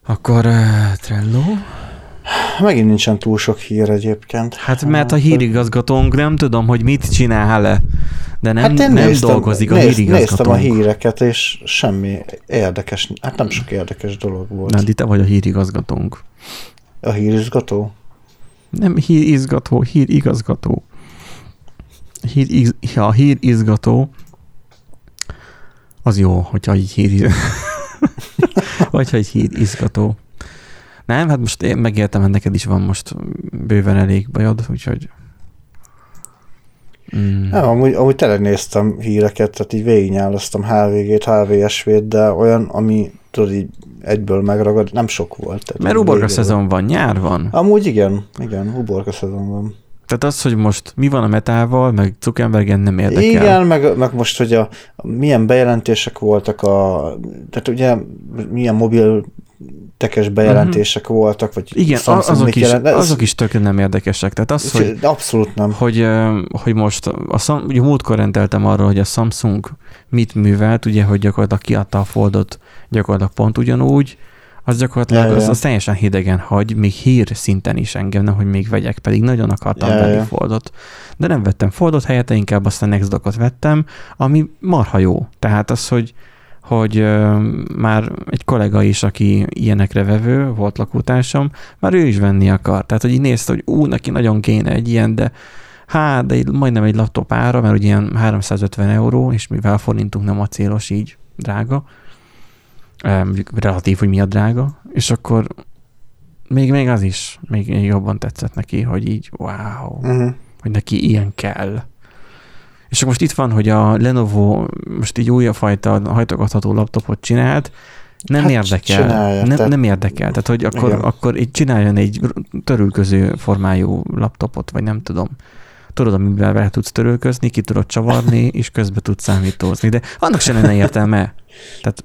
Akkor Trello? Megint nincsen túl sok hír egyébként. Hát mert a hírigazgatónk nem tudom, hogy mit csinál, de nem, hát nem dolgozik a hírigazgatónk. Néztem a híreket, és semmi érdekes, hát nem sok érdekes dolog volt. Nem, te vagy a hírigazgatónk. A hírigazgató? Nem hírigazgató, hírigazgató. A hírigazgató az jó, hogyha így vagy ha egy hírigazgató. Nem, hát most én megértem, hogy neked is van most bőven elég bajod, úgyhogy... Nem, amúgy tényleg néztem híreket, tehát így végignyáloztam HVG-t, HVSV-t, de olyan, ami tudod így egyből megragad, nem sok volt. Tehát mert uborka szezon van, nyár van. Amúgy igen, uborka szezon van. Tehát az, hogy most mi van a Metával, meg Zuckerbergen nem érdekel. Igen, meg most, hogy milyen bejelentések voltak, tehát ugye milyen mobil tekes bejelentések voltak, vagy igen, azok is tökre nem érdekesek. Tehát az, hogy abszolút nem. Hogy most ugye múltkor rendeltem arra, hogy a Samsung mit művelt, ugye, hogy gyakorlatilag kiadta a Foldot gyakorlatilag pont ugyanúgy, az gyakorlatilag az teljesen hidegen hagy, még hír szinten is engem, nem, hogy még vegyek, pedig nagyon akartam venni Foldot. De nem vettem Foldot, helyette inkább azt a Nextdockot vettem, ami marha jó. Tehát az, hogy már egy kollega is, aki ilyenekre vevő, volt lakótársam, már ő is venni akar. Tehát, hogy így nézte, hogy neki nagyon kéne egy ilyen, de majdnem egy laptop ára, mert ugye ilyen 350 euró, és mivel forintunk nem acélos, így drága, relatív, hogy mi a drága, és akkor még az is, még jobban tetszett neki, hogy így wow, hogy neki ilyen kell. És akkor most itt van, hogy a Lenovo most így újabb fajta hajtogatható laptopot csinált, nem érdekel. Nem érdekel. Tehát, hogy akkor így csináljon egy törülköző formájú laptopot, vagy nem tudom. Tudod, amivel vele tudsz törölközni, ki tudod csavarni, és közben tudsz számítózni. De annak sem lenne értelme. Tehát...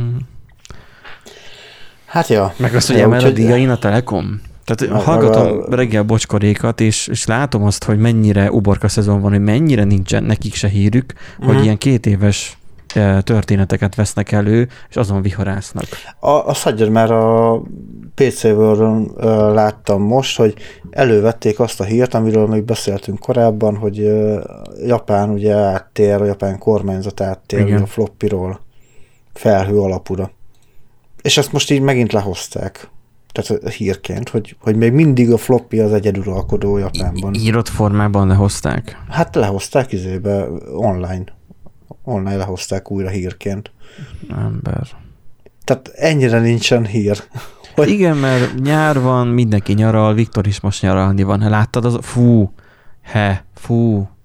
Hát ja. Meg azt, hogy emel a díjain a Telekom. Tehát hallgatom reggel bocskorékat, és látom azt, hogy mennyire uborka szezon van, hogy mennyire nincsen nekik se hírük, hogy ilyen 2 éves történeteket vesznek elő, és azon viharásznak. Azt hagyjad, mert a PC World-on láttam most, hogy elővették azt a hírt, amiről még beszéltünk korábban, hogy Japán ugye áttér, a japán kormányzat áttér a floppiról felhő alapúra. És ezt most így megint lehozták. Tehát hírként, hogy még mindig a floppy az egyeduralkodó Japánban. Írott formában lehozták? Hát lehozták online. Online lehozták újra hírként. Ember. Tehát ennyire nincsen hír. Hogy... Igen, mert nyár van, mindenki nyaral, Viktor is most nyaralni van. Láttad az? Fú.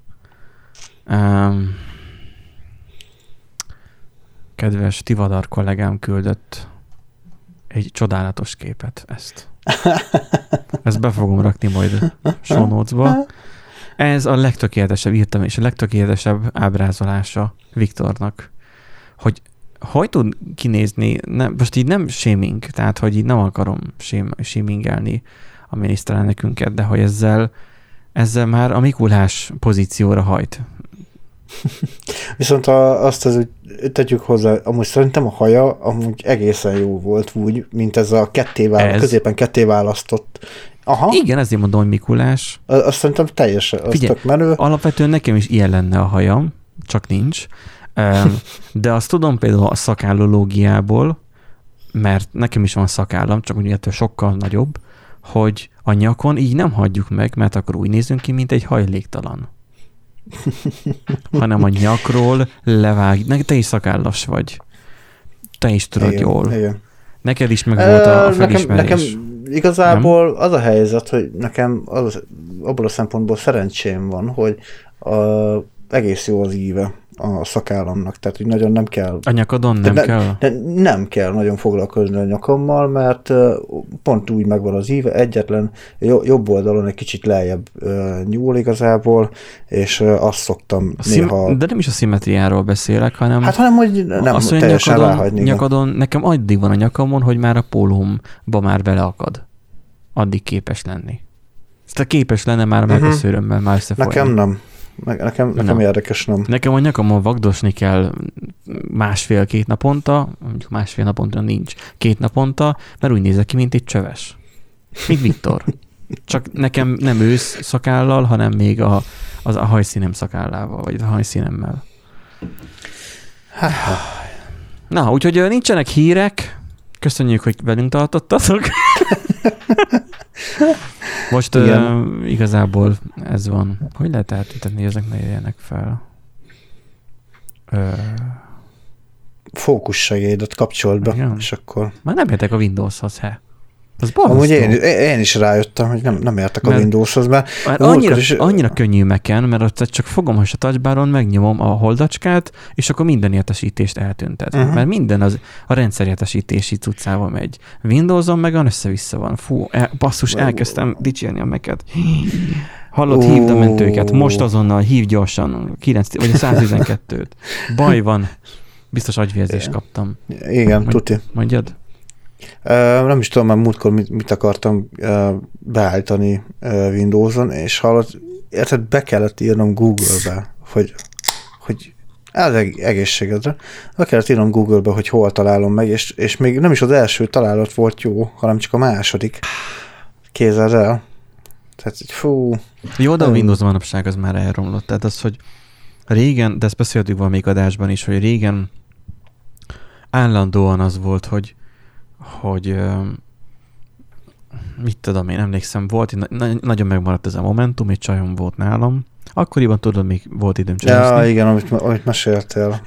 Kedves Tivadar kollégám küldött egy csodálatos képet, ezt be fogom rakni majd show notes-ba. Ez a legtökéletesebb, írtam, és a legtökéletesebb ábrázolása Viktornak, hogy tud kinézni, most így nem shaming, tehát hogy így nem akarom shamingelni a miniszterelnökünket, de hogy ezzel már a Mikulás pozícióra hajt. Viszont azt az, hogy tegyük hozzá, amúgy szerintem a haja amúgy egészen jó volt úgy, mint ez a középen ketté választott. Aha. Igen, ezért mondom, hogy Mikulás. Azt szerintem teljesen, az tök menő. Alapvetően nekem is ilyen lenne a hajam, csak nincs. De azt tudom például a szakállológiából, mert nekem is van szakállam, csak úgy ettől sokkal nagyobb, hogy a nyakon így nem hagyjuk meg, mert akkor úgy nézünk ki, mint egy hajléktalan. Hanem a nyakról levág. Te is szakállas vagy. Te is tudod jól. Igen. Neked is meg volt a felismerés. Nekem igazából nem? Az a helyzet, hogy nekem abból a szempontból szerencsém van, hogy egész jó az íve a szakállamnak, tehát hogy nagyon nem kell. A nyakadon nem kell? Nem kell nagyon foglalkozni a nyakammal, mert pont úgy megvan az íve, egyetlen jobb oldalon egy kicsit lejjebb nyúl igazából, és azt szoktam néha... De nem is a szimmetriáról beszélek, hanem... Hát hanem, hogy nem azt, teljesen ráhagyni. Nyakadon, nekem addig van a nyakamon, hogy már a pólómba már beleakad. Addig képes lenni. Tehát képes lenne már a melkaszőrömmel már összefolyni. Nekem nem. Nekem érdekes, nem. Nekem a nyakamon vagdosni kell 1,5-2 naponta, mondjuk 1,5 naponta nincs, 2 naponta, mert úgy nézek ki, mint egy csöves. Mint Viktor. Csak nekem nem ősz szakállal, hanem még a hajszínem szakállával, vagy a hajszínemmel. Na, úgyhogy nincsenek hírek. Köszönjük, hogy velünk tartottatok. Most igazából ez van. Hogy lehet eltüntetni, ezek ne jöjjenek fel? Fókussegédet kapcsolt be, igen. És akkor... Már nem értek a Windowshoz, Amúgy én is rájöttem, hogy nem értek a Windowshoz, mert annyira könnyű Mac-en, mert ott csak fogom, hogy a touchbaron megnyomom a holdacskát, és akkor minden értesítést eltüntet. Mert minden a rendszerértesítési cuccával megy. Windowson meg össze-vissza van. Fú, basszus, elkezdtem dicsérni a Mac-et. Hallod, hívd a mentőket. Most azonnal, hívd gyorsan. 9 vagy a 112-t. Baj van. Biztos agyvérzést kaptam. Igen, tuti. Mondjad? Nem is tudom már múltkor mit akartam beállítani Windowson, és hallod, érted, be kellett írnom Google-be, hogy az egészségedre, be kellett írnom Google-be, hogy hol találom meg, és még nem is az első találat volt jó, hanem csak a második. Kézzel el. Tehát, fú. Jó, de a Windows manapság az már elromlott. Tehát az, hogy régen, de ezt beszéltük valamelyik adásban is, hogy régen állandóan az volt, hogy mit tudom én, emlékszem, volt, nagyon megmaradt ez a Momentum, egy csajom volt nálam. Akkoriban tudod, még volt időm csajozni. Ja, igen, amit meséltél.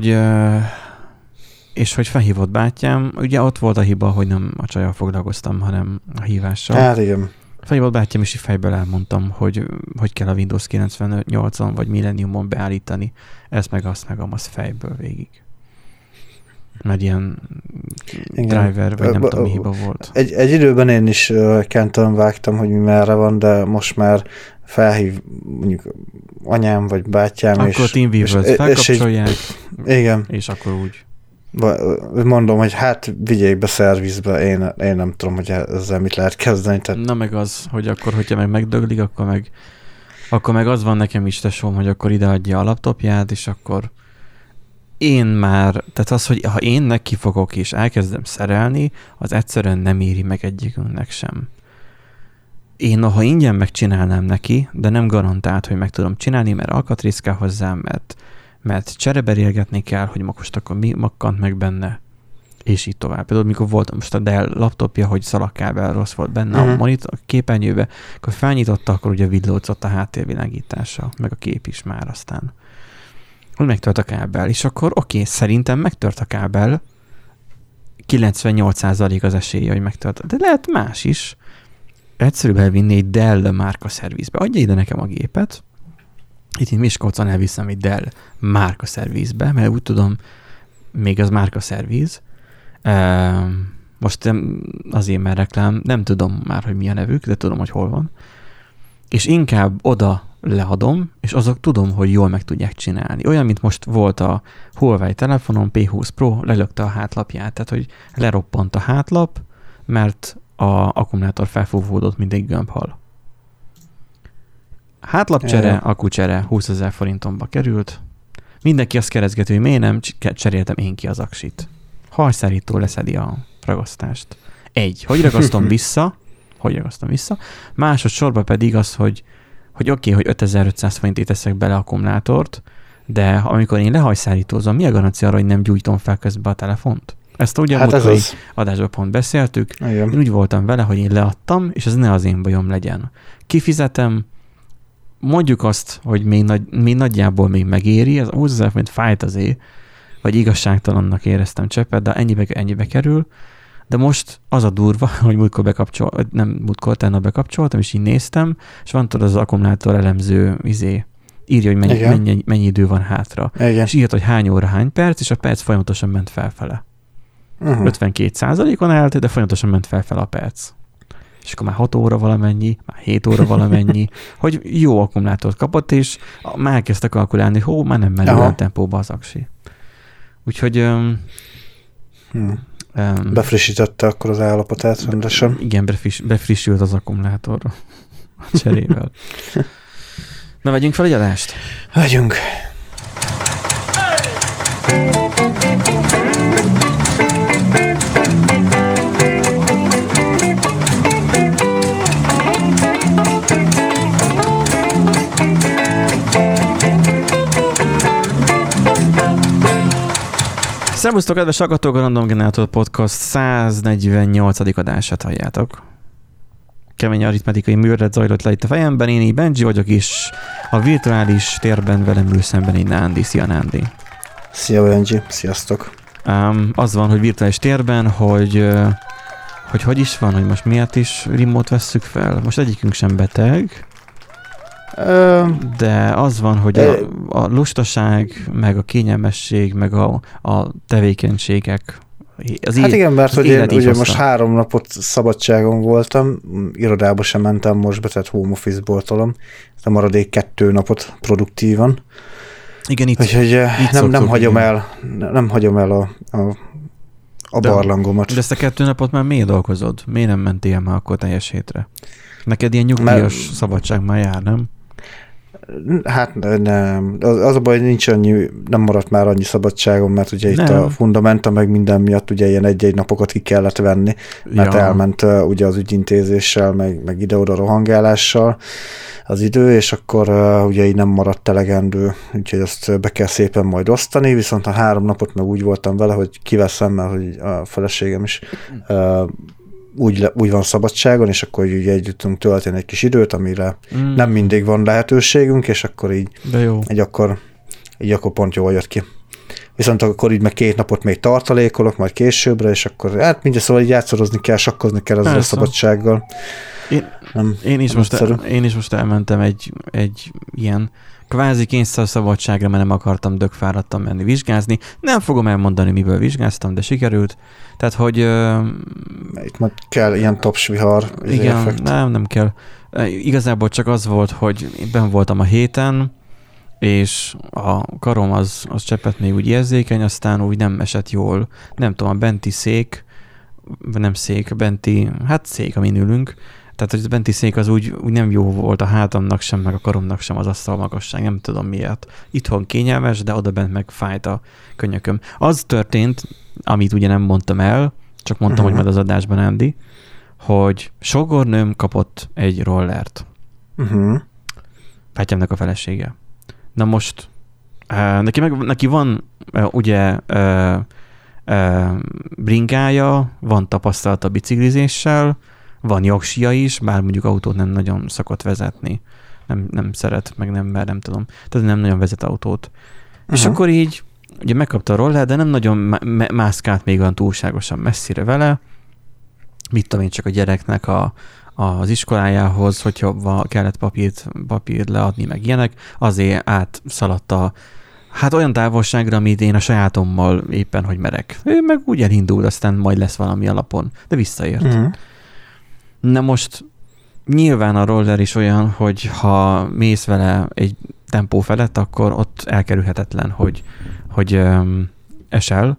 És hogy felhívott bátyám, ugye ott volt a hiba, hogy nem a csajjal foglalkoztam, hanem a hívással. Hát igen. Felhívott bátyám, és fejből elmondtam, hogy kell a Windows 98-on vagy Millenniumon beállítani. Ezt meg azt fejből végig. Mert ilyen driver, vagy nem tudom, mi hiba volt. Egy időben én is kentelen vágtam, hogy mi merre van, de most már felhív mondjuk anyám, vagy bátyám, akkor TeamViewer-t felkapcsolják, igen. És akkor úgy. Mondom, hogy hát vigyék be szervizbe, én nem tudom, hogy ezzel mit lehet kezdeni. Tehát... Na meg az, hogy akkor, hogyha megdöglik, akkor meg az van nekem is tesóm, hogy akkor ideadja a laptopját, és akkor tehát az, hogy ha én neki fogok és elkezdem szerelni, az egyszerűen nem éri meg egyikünknek sem. Én noha ingyen megcsinálnám neki, de nem garantált, hogy meg tudom csinálni, mert alkatrész kell hozzá, mert csereberélgetni kell, hogy most akkor mi makkant meg benne, és így tovább. Például mikor volt most a Dell laptopja, hogy szalagkábel rossz volt benne a monitor a képernyőbe, akkor felnyitotta, akkor ugye villódzott a háttérvilágítása, meg a kép is már aztán. Hogy megtört a kábel, és akkor szerintem megtört a kábel, 98% az esélye, hogy megtört. De lehet más is. Egyszerűbb elvinni egy Dell márka szervizbe. Adja ide nekem a gépet, itt Miskolcon elviszem egy Dell márka szervizbe, mert úgy tudom, még az márka szerviz. Most azért már reklám, nem tudom már, hogy mi a nevük, de tudom, hogy hol van. És inkább oda leadom, és azok tudom, hogy jól meg tudják csinálni. Olyan, mint most volt a Huawei telefonon, P20 Pro, lelökte a hátlapját, tehát, hogy leroppant a hátlap, mert a akkumulátor felfúvódott, mint egy gömbhal. Hátlapcsere, akkucsere 20 000 forintomba került. Mindenki azt kereszgető, hogy miért nem cseréltem én ki az aksit. Hajszárító leszedi a ragasztást. Hogy ragasztom vissza, másodszorban pedig az, hogy oké, hogy 5500 forintért teszek bele akkumulátort, de amikor én lehajszárítózom, mi a garancia arra, hogy nem gyújtom fel közben a telefont? Ezt ugye múltkori adásban pont beszéltük. Igen. Én úgy voltam vele, hogy én leadtam, és ez ne az én bajom legyen. Kifizetem, mondjuk azt, hogy még nagyjából még megéri, ez 20 000 forint fájt azért, vagy igazságtalannak éreztem cseppet, de ennyibe kerül. De most az a durva, hogy tegnap bekapcsoltam, és így néztem, és van tudod az akkumulátor elemző írja, hogy mennyi idő van hátra. Igen. És írt, hogy hány óra, hány perc, és a perc folyamatosan ment felfele. 52%-on állt, de folyamatosan ment felfele a perc. És akkor már 6 óra valamennyi, már 7 óra valamennyi, hogy jó akkumulátort kapott, és már elkezdte kalkulálni, hogy már nem menő a tempóba az aksi. Úgyhogy... Befrissítette akkor az állapotát rendesen. Igen, befrissült az akkumulátor a cserével. Na, vegyünk fel egy adást? Vegyünk. Szervusztok, kedves hallgatók, a Random Generator Podcast 148. adását halljátok. Kemény aritmetikai művelet zajlott le itt a fejemben, én így Benji vagyok, és a virtuális térben velem ül szemben így Nándi. Szia, Nándi! Szia, Benji! Sziasztok! Az van, hogy virtuális térben, hogy is van, hogy most miért is remote vesszük fel. Most egyikünk sem beteg, de az van, hogy a lustaság, meg a kényelmesség, meg a tevékenységek. Hát igen, mert hogy én ugye most 3 napot szabadságon voltam, irodába sem mentem most be, tehát home office-ból tolom, a maradék 2 napot produktívan. Igen, itt. Úgyhogy nem hagyom el a barlangomat. De ezt a 2 napot már miért dolgozod? Miért nem mentél már akkor teljes hétre? Neked ilyen nyugdíjas szabadság már jár, nem? Hát nem. Az a baj, hogy nem maradt már annyi szabadságom, mert ugye itt a fundamenta meg minden miatt ugye ilyen egy-egy napokat ki kellett venni, mert elment ugye az ügyintézéssel, meg ide-oda rohangálással az idő, és akkor ugye így nem maradt elegendő, úgyhogy ezt be kell szépen majd osztani, viszont a 3 napot meg úgy voltam vele, hogy kiveszem, mert hogy a feleségem is úgy van szabadságon, és akkor ugye együtt tudunk tölteni egy kis időt, amire nem mindig van lehetőségünk, és akkor így akkor pont jól jött ki. Viszont akkor így meg 2 napot még tartalékolok, majd későbbre, és akkor hát mindjárt szóval így játszorozni kell, sakkozni kell ezzel a szabadsággal. Én is most elmentem egy ilyen kvázi kényszer szabadságra, mert nem akartam dögfáradtan menni vizsgázni. Nem fogom elmondani, miből vizsgáztam, de sikerült. Tehát, hogy... Itt majd kell ilyen topsvihar. Igen, nem kell. Igazából csak az volt, hogy benn voltam a héten, és a karom az cseppet még úgy érzékeny, aztán úgy nem esett jól. Nem tudom, a benti szék, amin ülünk, tehát, hogy a benti szék az úgy nem jó volt a hátamnak sem, meg a karomnak sem az asztal magasság, nem tudom miért. Itthon kényelmes, de oda bent meg fájt a könyököm. Az történt, amit ugye nem mondtam el, csak mondtam, hogy majd az adásban, Andy, hogy sógornőm kapott egy rollert. Bátyámnak a felesége. Na most, neki van ugye bringája, van tapasztalata biciklizéssel, van jogsia is, bár mondjuk autót nem nagyon szokott vezetni. Nem szeret, meg nem tudom. Tehát nem nagyon vezet autót. És akkor így ugye megkapta a roller, de nem nagyon mászkált még olyan túlságosan messzire vele. Mit tudom én, csak a gyereknek az iskolájához, hogyha kellett papírt leadni, meg ilyenek, azért átszaladta olyan távolságra, amit én a sajátommal éppen, hogy merek. Ő meg úgy elindul, aztán majd lesz valami alapon, de visszaért. Na most nyilván a roller is olyan, hogy ha mész vele egy tempó felett, akkor ott elkerülhetetlen, hogy esel.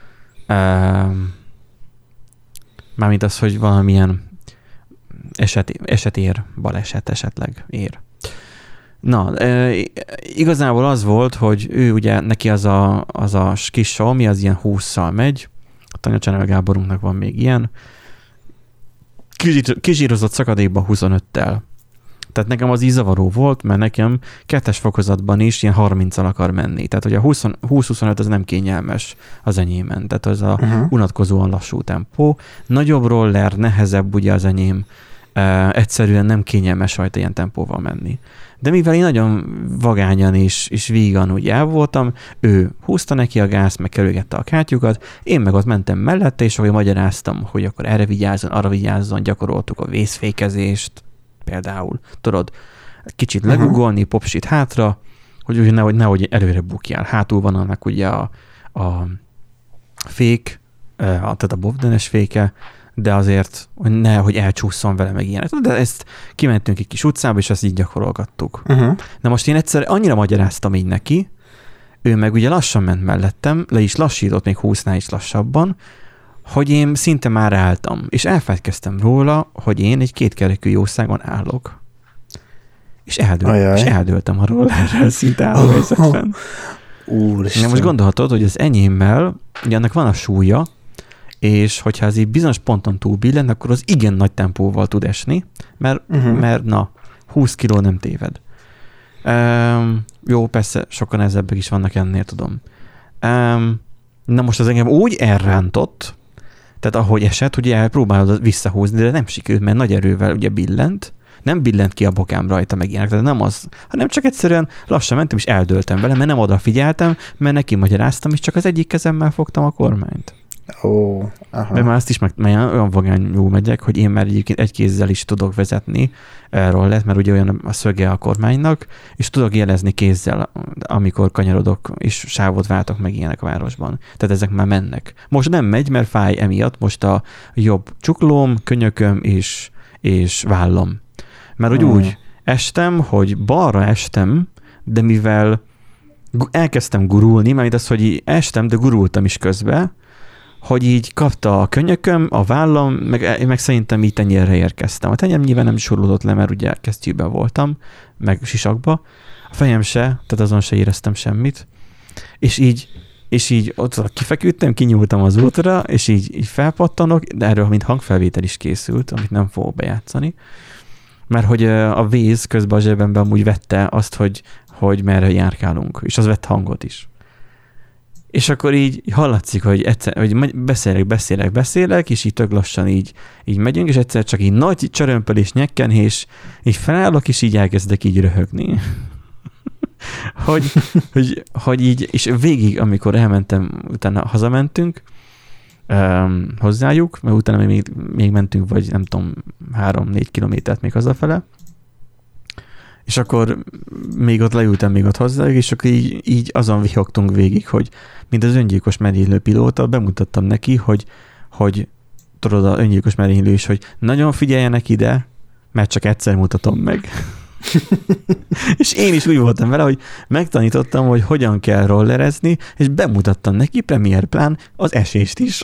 Mármint az, hogy valamilyen eset ér, baleset esetleg ér. Na, igazából az volt, hogy ő ugye neki az a kis Xiaomi, az ilyen 20-szal megy, a Tanya Gáborunknak van még ilyen, kizsírozott szakadékba 25-tel. Tehát nekem az így zavaró volt, mert nekem 2-es fokozatban is ilyen 30-al akar menni. Tehát, hogy a 20-25 az nem kényelmes az enyémen. Tehát az a unatkozóan lassú tempó. Nagyobb roller, nehezebb ugye az enyém. Egyszerűen nem kényelmes rajta ilyen tempóval menni. De mivel én nagyon vagányan és vígan úgy el voltam, ő húzta neki a gázt, meg kerülgette a kátyukat, én meg ott mentem mellette, és ahogy magyaráztam, hogy akkor erre vigyázzon, arra vigyázzon, gyakoroltuk a vészfékezést, például, tudod, kicsit legugolni, popsit hátra, hogy nehogy előre bukjál. Hátul van annak ugye a fék, tehát a bovdenes féke, de azért, hogy nehogy elcsúszson vele meg ilyenek. De ezt kimentünk egy kis utcába, és ezt így gyakorolgattuk. Na most én egyszer annyira magyaráztam így neki, ő meg ugye lassan ment mellettem, le is lassított, még 20-nál is lassabban, hogy én szinte már álltam, és elfelejtkeztem róla, hogy én egy kétkerekű jószágon állok. és eldőltem a rollerrel szinte álló helyzetben. Úristen. Most gondolhatod, hogy az enyémmel, ugye annak van a súlya, és hogyha ez így bizonyos ponton túlbillen, akkor az igen nagy tempóval tud esni, mert na, 20 kiló nem téved. Jó, persze, sokan ezebbek is vannak ennél, tudom. Na most az engem úgy elrántott, tehát ahogy esett, ugye elpróbálod visszahúzni, de nem sikerült, mert nagy erővel ugye billent, nem billent ki a bokám rajta meg ilyenek, tehát nem az, hanem csak egyszerűen lassan mentem, és eldőltem vele, mert nem odafigyeltem, mert neki magyaráztam, és csak az egyik kezemmel fogtam a kormányt. De már azt is olyan vagányul megyek, hogy én már egyébként egy kézzel is tudok vezetni rollert, mert ugye olyan a szöge a kormánynak, és tudok jelezni kézzel, amikor kanyarodok, és sávot váltok meg ilyenek a városban. Tehát ezek már mennek. Most nem megy, mert fáj emiatt, most a jobb csuklóm, könyököm és vállam. Mert úgy estem, hogy balra estem, de mivel elkezdtem gurulni, mert az, hogy estem, de gurultam is közben, hogy így kapta a könyököm, a vállam, meg szerintem így tenyérre érkeztem. A tenyerem nyilván nem surlódott le, mert ugye kesztyűben voltam, meg sisakba. A fejem se, tehát azon se éreztem semmit. És így ott kifeküdtem, kinyúltam az útra, és így felpattanok, de erről mint hangfelvétel is készült, amit nem fogok bejátszani. Mert hogy a véz közben a zsebemben amúgy vette azt, hogy merre járkálunk, és az vett hangot is. És akkor így hallatszik, hogy beszélek, és így tök lassan így megyünk, és egyszer csak így nagy csörömpölés, nyekkenés, így felállok, és így elkezdek így röhögni. hogy így, és végig, amikor elmentem, utána hazamentünk hozzájuk, mert utána még mentünk, vagy nem tudom, 3-4 kilométert még hazafele, és akkor még ott leültem még ott hozzájuk, és akkor így azon vihogtunk végig, hogy mint az öngyilkos merénylő pilóta, bemutattam neki, hogy tudod, az öngyilkos merénylő is, hogy nagyon figyeljenek ide, mert csak egyszer mutatom meg. És én is úgy voltam vele, hogy megtanítottam, hogy hogyan kell rollerezni, és bemutattam neki Premiere Plan az esést is.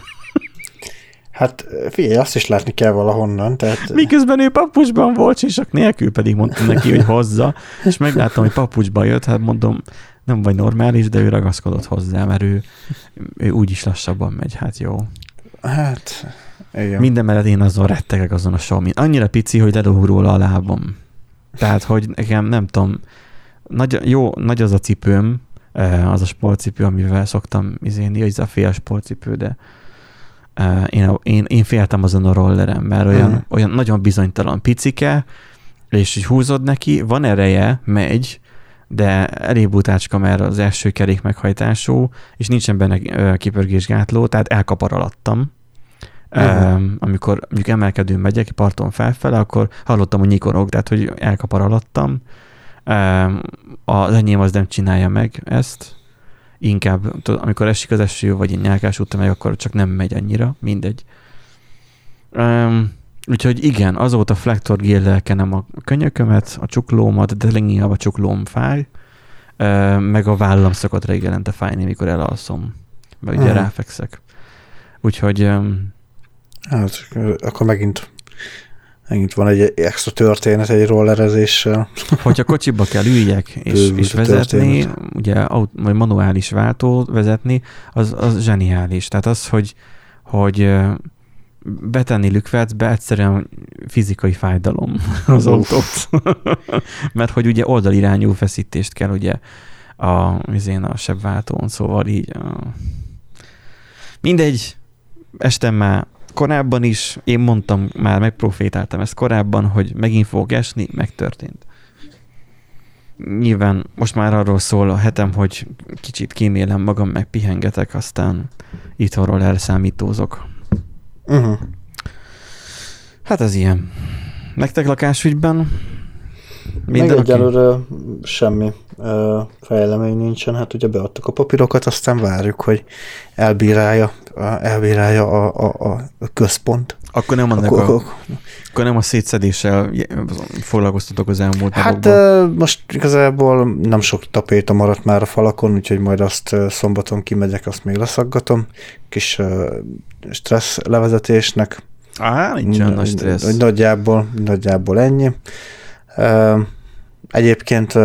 Hát figyelj, azt is látni kell valahonnan. Tehát... Miközben ő papucsban volt, sisak nélkül pedig mondtam neki, hogy hozza, és megláttam, hogy papucsban jött, hát mondom, nem vagy normális, de ő ragaszkodott hozzá, mert ő úgyis lassabban megy, hát jó. Hát, igen. Minden mellett én azon rettegek azon a show, annyira pici, hogy ledobog róla a lábam. Tehát, hogy nekem nem tudom, nagy az a cipőm, az a sportcipő, amivel szoktam izélni, ez a fél sportcipő, de én féltem azon a rollerem, mert olyan nagyon bizonytalan picike, és így húzod neki, van ereje, megy, de elég butácska, mert az első kerék meghajtású, és nincsen benne kipörgésgátló, tehát elkapar alattam. Amikor mondjuk emelkedőn megyek, parton felfele, akkor hallottam, hogy nyikorog, tehát hogy elkapar alattam. Az enyém az nem csinálja meg ezt. Inkább, amikor esik az eső, vagy én nyálkás úton meg, akkor csak nem megy annyira, mindegy. Úgyhogy igen, azóta flektorgéllel kenem a könyökömet, a csuklómat, de leginkább a csuklóm fáj, meg a vállam szokott reggelente fájni, mikor elalszom, meg ugye ráfekszek. Úgyhogy... Hát, akkor megint van egy extra történet egy rollerezéssel. Hogyha kocsiba kell üljek és vezetni, ugye vagy manuális váltó vezetni, az zseniális. Tehát az, hogy betenni lükvercbe egyszerűen fizikai fájdalom az autót. Mert hogy ugye oldalirányú feszítést kell ugye a sebváltón, szóval így mindegy, estem már korábban is, én mondtam, már megprofétáltam ezt korábban, hogy megint fogok esni, megtörtént. Nyilván most már arról szól a hetem, hogy kicsit kímélem magam, meg pihengetek, aztán itthonról elszámítózok. Hát ez ilyen. Nektek lakásügyben? Még egyelőre semmi fejlemény nincsen. Hát ugye beadtuk a papírokat, aztán várjuk, hogy elbírálja a központ. Akkor nem akkor nem a szétszedéssel foglalkoztatok az elmúlt napokban? Hát most igazából nem sok tapéta maradt már a falakon, úgyhogy majd azt szombaton kimegyek, azt még leszaggatom. Kis stressz levezetésnek. Nincsen nagy stressz. Nagyjából ennyi. Egyébként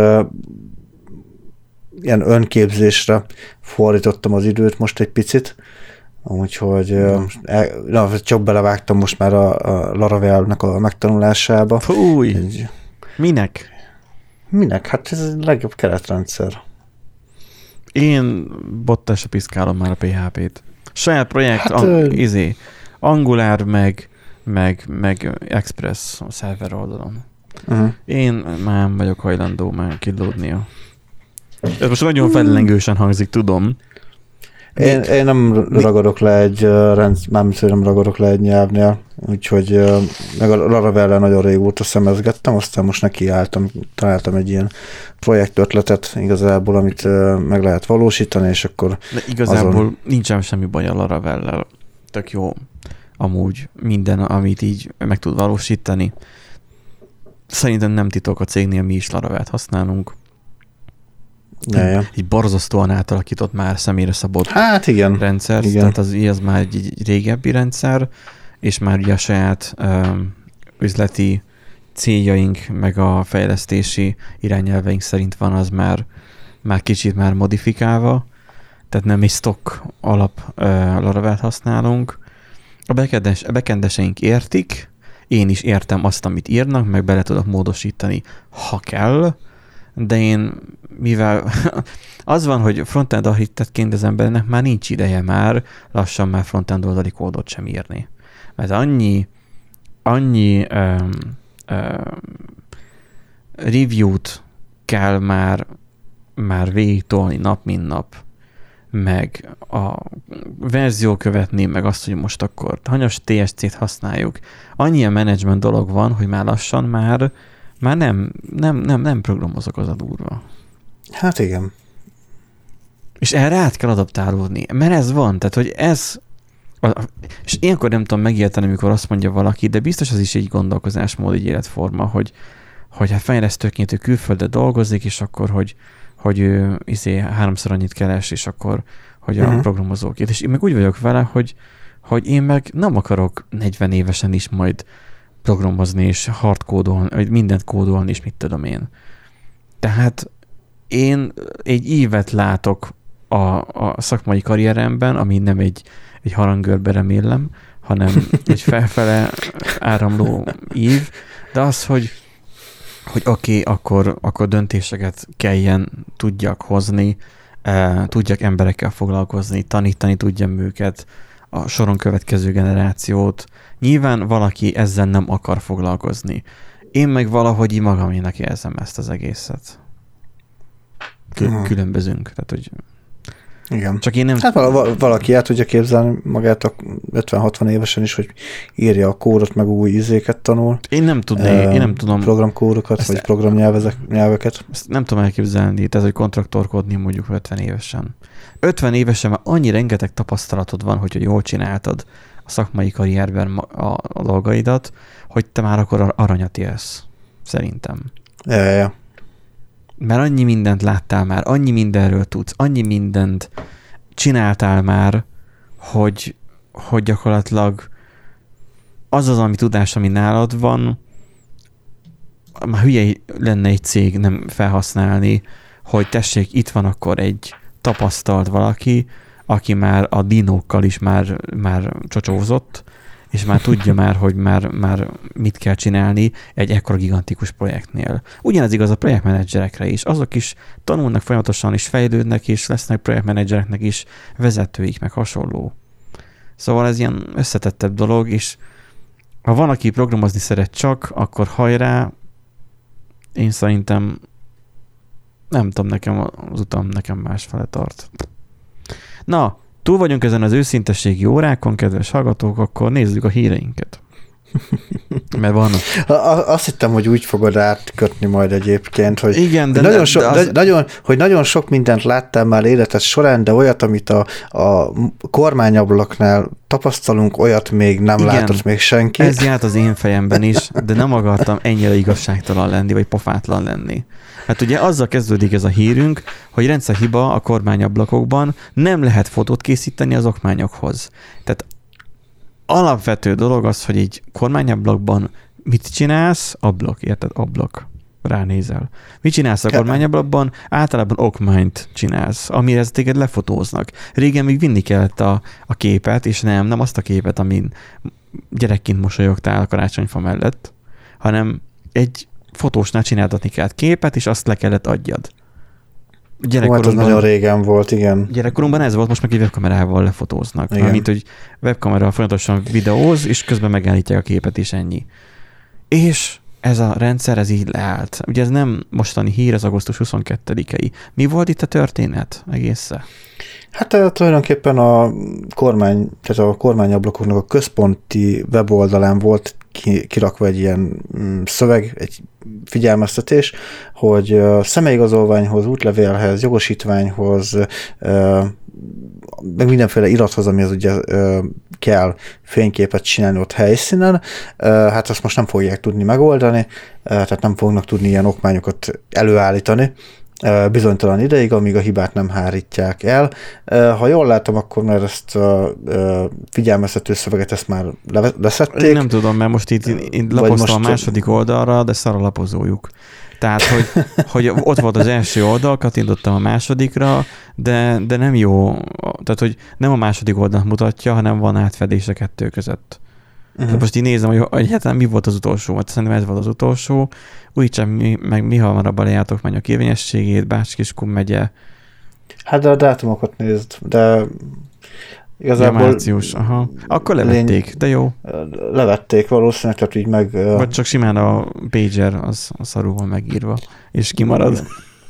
ilyen önképzésre fordítottam az időt most egy picit, úgyhogy csak belevágtam most már a Laravel-nek a megtanulásába. Fúj! Minek? Minek? Hát ez a legjobb keretrendszer. Én bottásra piszkálom már a PHP-t. Saját projekt, Angular, meg Express a szerver oldalon. Én már nem vagyok hajlandó már kilódnia. Ez most nagyon fellengősen hangzik, tudom. Én nem ragadok le egy nyelvnél, úgyhogy meg a Laravel-el nagyon régóta szemezgettem, aztán most nekiálltam, találtam egy ilyen projektötletet igazából, amit meg lehet valósítani, és akkor de igazából nincsen semmi baj a Laravel-lel. Tök jó amúgy minden, amit így meg tud valósítani. Szerintem nem titok, a cégnél mi is Laravelt használunk. Egy borzasztóan átalakított már személyre szabott rendszer, tehát az már egy régebbi rendszer, és már ugye a saját üzleti céljaink, meg a fejlesztési irányelveink szerint van az már kicsit már modifikálva, tehát nem egy stock alap Laravelt használunk. A backendeseink értik, én is értem azt, amit írnak, meg bele tudok módosítani, ha kell, de én, mivel az van, hogy frontend architektként az embernek már nincs ideje már, lassan már frontend oldali kódot sem írni. Mert annyi review-t kell már végigtolni nap, mint nap, meg a verzió követni, meg azt, hogy most akkor hanyas TSC-t használjuk. Annyi a management dolog van, hogy már lassan már nem programozok, az a durva. Hát igen. És erre át kell adaptálódni, mert ez van, tehát hogy ez, és ilyenkor nem tudom megérteni, amikor azt mondja valaki, de biztos az is egy gondolkozásmód, egy életforma, hogy hát fejlesztőként ő külföldön dolgozik, és akkor, hogy ő 3-szor annyit keres, és akkor, hogy a programozókét. És én meg úgy vagyok vele, hogy én meg nem akarok 40 évesen is majd programozni, és hardkódolni, vagy mindent kódolni, és mit tudom én. Tehát én egy évet látok a szakmai karrieremben, ami nem egy harangörbe remélem, hanem egy felfele áramló ív, de az, hogy oké, akkor döntéseket kelljen tudjak hozni, tudjak emberekkel foglalkozni, tanítani tudjam őket, a soron következő generációt. Nyilván valaki ezzel nem akar foglalkozni. Én meg valahogy így magaménak érzem ezt az egészet. Különbözünk. Tehát, hogy igen. Csak én nem... Hát valaki el tudja képzelni magát a 50-60 évesen is, hogy írja a kódot, meg új izéket tanul. Én nem tudom. Programkódokat, vagy programnyelveket. Ezt nem tudom elképzelni, tehát, hogy kontraktorkodni mondjuk 50 évesen. 50 évesen már annyi rengeteg tapasztalatod van, hogy jól csináltad a szakmai karrierben a dolgaidat, hogy te már akkor aranyat élsz. Szerintem. Ja. Mert annyi mindent láttál már, annyi mindenről tudsz, annyi mindent csináltál már, hogy gyakorlatilag az, ami tudás, ami nálad van, már hülye lenne egy cég nem felhasználni, hogy tessék, itt van akkor egy tapasztalt valaki, aki már a dinókkal is már csocsózott, és már tudja már, hogy már mit kell csinálni egy ekkora gigantikus projektnél. Ugyanez igaz a projektmenedzserekre is. Azok is tanulnak folyamatosan, és fejlődnek, és lesznek projektmenedzsereknek is vezetőik, meg hasonló. Szóval ez ilyen összetettebb dolog, és ha van, aki programozni szeret csak, akkor hajrá. Én szerintem nem tudom, az utam nekem másfele tart. Na, túl vagyunk ezen az őszintességi órákon, kedves hallgatók, akkor nézzük a híreinket. Mert van. Azt hittem, hogy úgy fogod átkötni majd egyébként, hogy igen, de nagyon sok mindent láttál már életed során, de olyat, amit a kormányablaknál tapasztalunk, olyat még nem látott még senki. Ez járt az én fejemben is, de nem akartam ennyire igazságtalan lenni, vagy pofátlan lenni. Hát ugye azzal kezdődik ez a hírünk, hogy rendszerhiba a kormányablakokban nem lehet fotót készíteni az okmányokhoz. Tehát alapvető dolog az, hogy egy kormányablakban mit csinálsz? Ablak, érted? Ablak. ránézel. Mit csinálsz a kormányablakban? Általában okmányt csinálsz, amire téged lefotóznak. Régen még vinni kellett a képet, és nem azt a képet, amin gyerekként mosolyogtál a karácsonyfa mellett, hanem egy fotósnál csináltatni kellett képet, és azt le kellett adjad. Ez nagyon régen volt, igen. Gyerekkorunkban ez volt, most meg egy webkamerával lefotóznak. Mint hogy webkamera folyamatosan videóz, és közben megállítják a képet, és ennyi. És ez a rendszer, ez így leállt. Ugye ez nem mostani hír, ez augusztus 22-i. Mi volt itt a történet egészen? Hát tulajdonképpen a kormányablakoknak a központi weboldalán volt kirakva egy ilyen szöveg, egy figyelmeztetés, hogy személyigazolványhoz, útlevélhez, jogosítványhoz, meg mindenféle irathoz, amihez ugye kell fényképet csinálni ott helyszínen, hát azt most nem fogják tudni megoldani, tehát nem fognak tudni ilyen okmányokat előállítani bizonytalan ideig, amíg a hibát nem hárítják el. Ha jól látom, akkor már ezt a figyelmeztető szöveget ezt már leszették. Nem tudom, mert most itt lapoztam a második oldalra, de szar a lapozójuk. Tehát, hogy ott volt az első oldal, kattintottam a másodikra, de nem jó. Tehát, hogy nem a második oldalt mutatja, hanem van átfedés a kettő között. Uh-huh. Most így nézem, hogy egyáltalán mi volt az utolsó. Hát szerintem ez volt az utolsó. Úgyhogy mi hamarabb lejátok meg a kérvényességét, Bács-Kiskun megye. Hát de a dátumokat nézd, de igazából... Ja, március, aha. Akkor levették, de jó. Levették valószínűleg, tehát így meg... Vagy csak simán a pager az a szarul van megírva, és kimarad.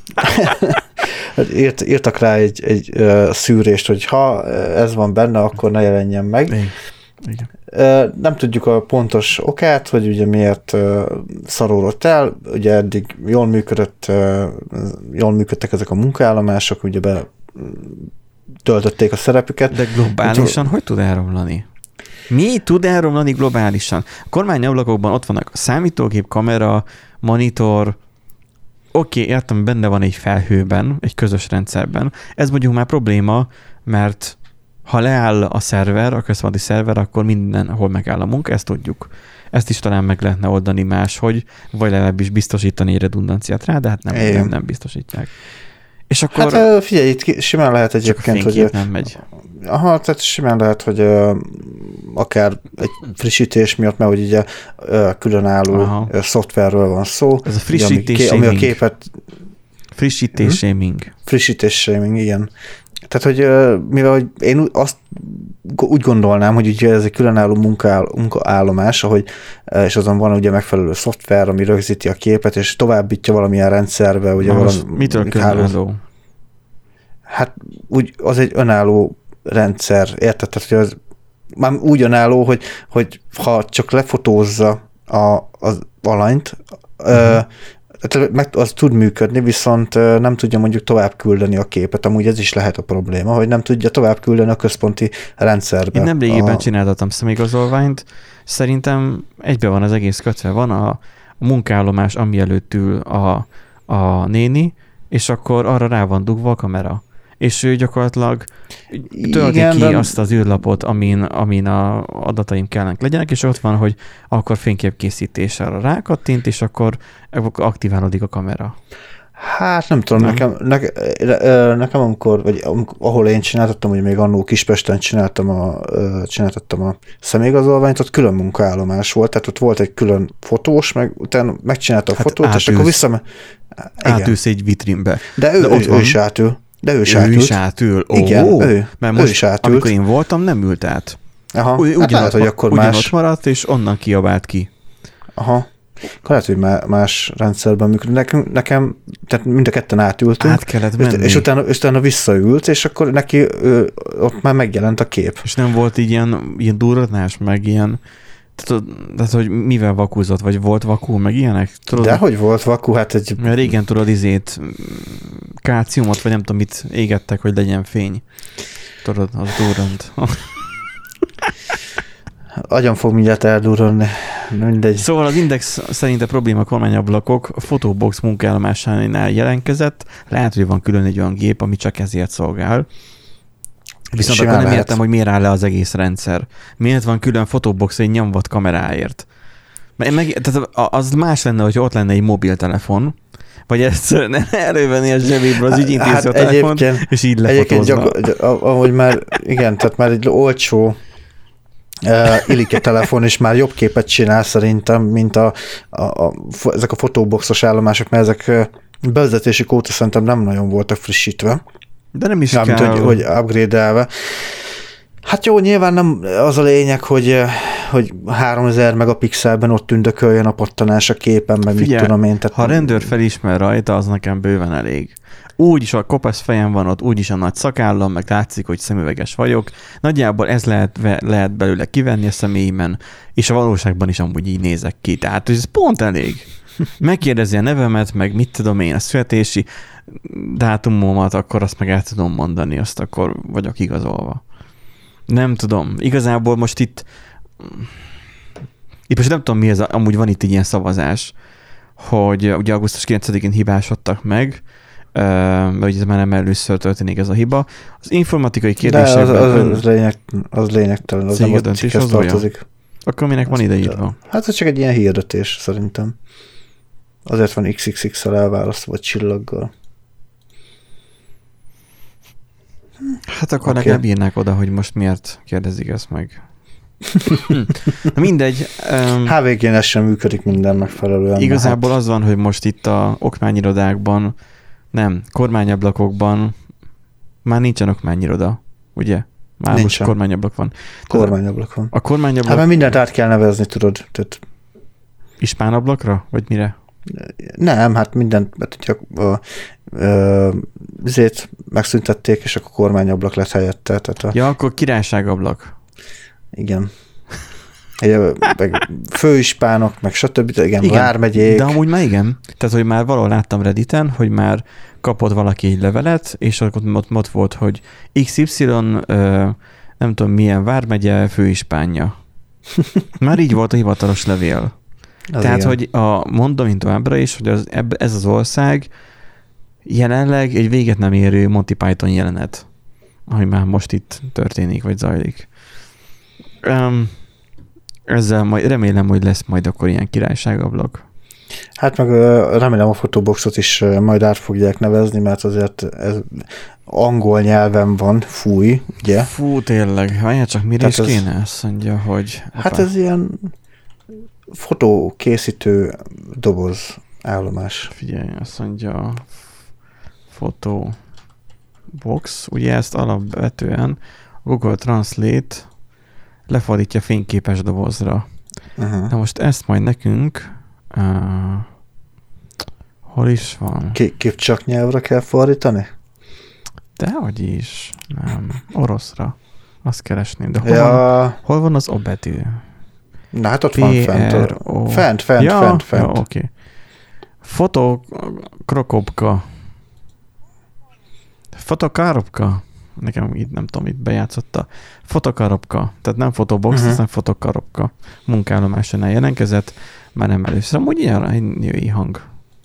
Írtak rá egy szűrést, hogy ha ez van benne, akkor ne jelenjen meg. Igen. Nem tudjuk a pontos okát, hogy ugye miért szarolott el, ugye eddig jól működtek ezek a munkaállomások, ugye betöltötték a szerepüket. De globálisan hogy tud elromlani? Mi tud elromlani globálisan? A kormányablakokban ott vannak a számítógép, kamera, monitor, oké, értem, benne van egy felhőben, egy közös rendszerben. Ez mondjuk már probléma, mert ha leáll a szerver, a központi szerver, akkor mindenhol megáll a munka, ezt tudjuk. Ezt is talán meg lehetne oldani máshogy, vagy legalábbis biztosítani egy redundanciát rá, de hát nem biztosítják. És akkor... Hát figyelj, itt simán lehet egyébként, hogy... nem megy. Aha, tehát simán lehet, hogy akár egy frissítés miatt, mert hogy ugye különálló szoftverről van szó. Ez a frissítés ami a képet... Frissítés-shaming. Frissítés-shaming, igen. Tehát, hogy mivel hogy én azt úgy gondolnám, hogy ugye ez egy különálló munkaállomás, ahogy, és azon van ugye megfelelő szoftver, ami rögzíti a képet, és továbbítja valamilyen rendszerbe. Ugye mitől különálló? Hát úgy, az egy önálló rendszer, érted? Tehát, hogy az már úgy önálló, hogy ha csak lefotózza az alanyt, az tud működni, viszont nem tudja mondjuk tovább küldeni a képet. Amúgy ez is lehet a probléma, hogy nem tudja tovább küldeni a központi rendszerbe. Én nemrégiben csináltattam személyigazolványt, szerintem egybe van az egész kötve. Van a munkállomás, ami előtt ül a néni, és akkor arra rá van dugva a kamera. És ő gyakorlatilag tölti ki azt az űrlapot, amin a adataim kellene legyenek, és ott van, hogy akkor fényképkészítés arra rákattint, és akkor aktiválódik a kamera. Hát nem tudom, nekem amikor, vagy ahol én csináltattam, hogy még annó Kispesten csináltattam a személyigazolványt, ott külön munkaállomás volt, tehát ott volt egy külön fotós, meg utána megcsinálta a fotót, és akkor átülsz egy vitrínbe. De ő is átül. De ő is átül. Igen, mert most, is átült. Amikor én voltam, nem ült át. Aha, ugyanott, hogy akkor ugyanott maradt, és onnan kiabált ki. Aha. Akkor lehet, hogy más rendszerben működik. Nekem, tehát mind a ketten átültünk. Át kellett menni. És utána visszaült, és akkor neki ott már megjelent a kép. És nem volt így ilyen durranás, meg ilyen... Tehát, hogy mivel vakúzott, vagy volt vakú, meg ilyenek? Tudod, de hogy volt vakú, hát egy... Mert régen tudod kálciumot, vagy nem tudom mit égettek, hogy legyen fény. Tudod, az durrant. Agyon fog mindjárt eldurranni. Mindegy. Szóval az Index szerint a probléma kormányablakok a Photobox munkállomásánál jelentkezett. Lehet, hogy van külön egy olyan gép, ami csak ezért szolgál. Viszont akkor nem értem, hogy miért áll le az egész rendszer. Miért van külön Photobox egy nyomvat kameráért? Tehát az más lenne, hogy ott lenne egy mobiltelefon, vagy ezt elővenni a zsebéből az ügyintéző telefont, és így lefotózna. Ahogy már, igen, tehát már egy olcsó Ilike telefon is már jobb képet csinál szerintem, mint ezek a fotóboxos állomások, mert ezek bevezetésük óta szerintem nem nagyon voltak frissítve. De nem is kell. Mint, hogy upgrade-elve. Hát jó, nyilván nem az a lényeg, hogy 3000 megapixelben ott tündököljön a pattanás a képen, meg figyelj, mit tudom én. Tehát ha a rendőr felismer rajta, az nekem bőven elég. Úgyis a kopasz fejem van ott, úgyis a nagy szakállam, meg látszik, hogy szemüveges vagyok. Nagyjából ez lehet belőle kivenni a személyimen, és a valóságban is amúgy így nézek ki. Tehát ez pont elég. Megkérdezi a nevemet, meg mit tudom én, a születési dátumomat, akkor azt meg el tudom mondani, azt akkor vagyok igazolva. Nem tudom. Igazából most itt most nem tudom mi ez, amúgy van itt egy ilyen szavazás, hogy ugye augusztus 9-én hibásodtak meg, vagy ez már nem először történik ez a hiba. Az informatikai kérdésekben... az lényegtelen, az nem a cikkhez tartozik. Akkor minek van ide írva? Hát ez csak egy ilyen hirdetés szerintem. Azért van XXX-szel elválasztva, vagy csillaggal. Hát akkor legalább írnák oda, hogy most miért kérdezik ezt meg. Na mindegy. HVG-n sem működik minden megfelelően. Igazából az van, hogy most itt a okmányirodákban, nem, kormányablakokban már nincsen okmányiroda, ugye? Már nincsen. Most kormányablak van. Kormányablak van. A kormányablak... Hát már mindent át kell nevezni, tudod. Tehát... Ispánablakra? Vagy mire? Nem, hát mindent, csak ezért megszüntették, és akkor kormányablak lett helyette. Tehát ja, akkor királyságablak. Igen. Meg főispánok, meg stb. Igen, vármegyék. De amúgy már igen. Tehát, hogy már valahol láttam Redditen, hogy már kapott valaki egy levelet, és ott volt, hogy XY nem tudom milyen vármegye főispánja. Már így volt a hivatalos levél. Az tehát, igen. Hogy mondom én továbbra is, hogy ez az ország jelenleg egy véget nem érő Monty Python jelenet, ami már most itt történik, vagy zajlik. Ezzel majd remélem, hogy lesz majd akkor ilyen királyságablak. Hát meg remélem a fotoboxot is majd át fogják nevezni, mert azért ez angol nyelven van, fúj, ugye? Fú, tényleg. Várjál csak, mire is kéne? Azt mondja, hogy... Opa. Hát ez ilyen fotókészítő doboz állomás. Figyelj, azt mondja fotobox, ugye ezt alapvetően Google Translate lefordítja fényképes dobozra. Na most ezt majd nekünk hol is van? Kipcsak nyelvre kell fordítani? Dehogy is. Nem. Oroszra. Azt keresném. De hol van az O betű? Na hát ott van fent. Fent. Ja, oké. Fotokrokobka. Fotokarobka. Nekem itt nem tudom, itt bejátszotta. Fotokarobka. Tehát nem fotobox, hanem fotokarobka. Munkállomásánál jelentkezett. Már nem először. Amúgy ilyen női hang.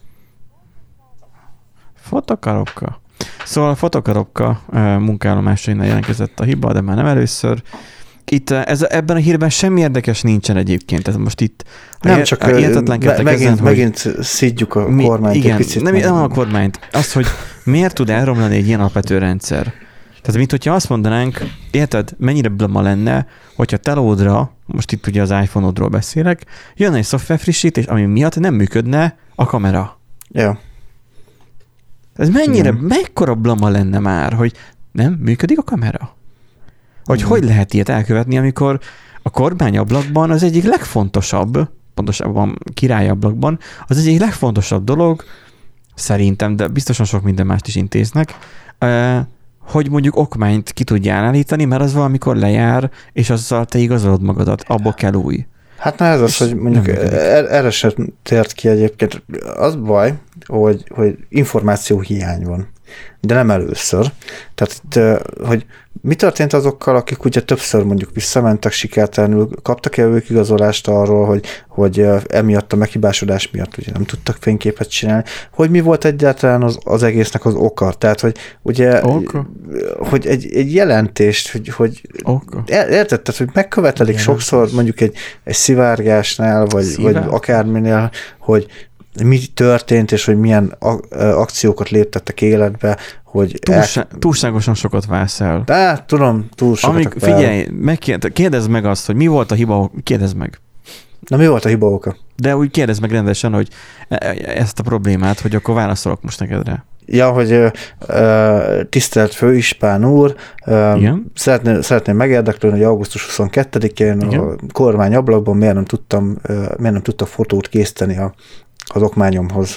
Fotokarobka. Szóval a fotokarobka munkállomásánál jelentkezett a hiba, de már nem először. Itt ebben a hírben semmi érdekes nincsen egyébként. Ez most itt nem csak megint szidjuk a kormányt. Igen, nem a kormányt. Az, hogy miért tud elromlani egy ilyen alapvető rendszer. Tehát, mint hogyha azt mondanánk, érted, mennyire blama lenne, hogyha telódra, most itt ugye az iPhone-odról beszélek, jönne egy szoftver frissítés, ami miatt nem működne a kamera. Ja. Ez mekkora blama lenne már, hogy nem működik a kamera? Hogy lehet ilyet elkövetni, amikor a kormányablakban az egyik legfontosabb, pontosabban királyablakban, az egyik legfontosabb dolog, szerintem, de biztosan sok minden mást is intéznek, hogy mondjuk okmányt ki tudjál állítani, mert az valamikor lejár, és azzal te igazolod magadat, abból kell új. Hát na ez az, hogy mondjuk erre sem tért ki egyébként. Az baj, hogy információ hiány van. de nem először. Tehát itt, hogy mi történt azokkal, akik ugye többször mondjuk visszamentek sikertelenül, kaptak-e ők igazolást arról, hogy emiatt a meghibásodás miatt ugye nem tudtak fényképet csinálni, hogy mi volt egyáltalán az egésznek az oka. Tehát, hogy ugye, hogy egy jelentést, hogy érted, tehát, hogy megkövetelik sokszor mondjuk egy szivárgásnál, vagy akárminél, hogy mi történt, és hogy milyen akciókat léptettek életbe, hogy... Túlságosan sokat vársz el. De, tudom, túl sokat figyelj, kérdezd meg azt, hogy mi volt a hiba, kérdezd meg. Na, mi volt a hiba oka? De úgy kérdezd meg rendesen, hogy ezt a problémát, hogy akkor válaszolok most neked rá. Ja, hogy tisztelt főispán úr, szeretném megérdeklődni, hogy augusztus 22-én a kormány ablakban miért nem tudtam fotót készíteni az okmányomhoz.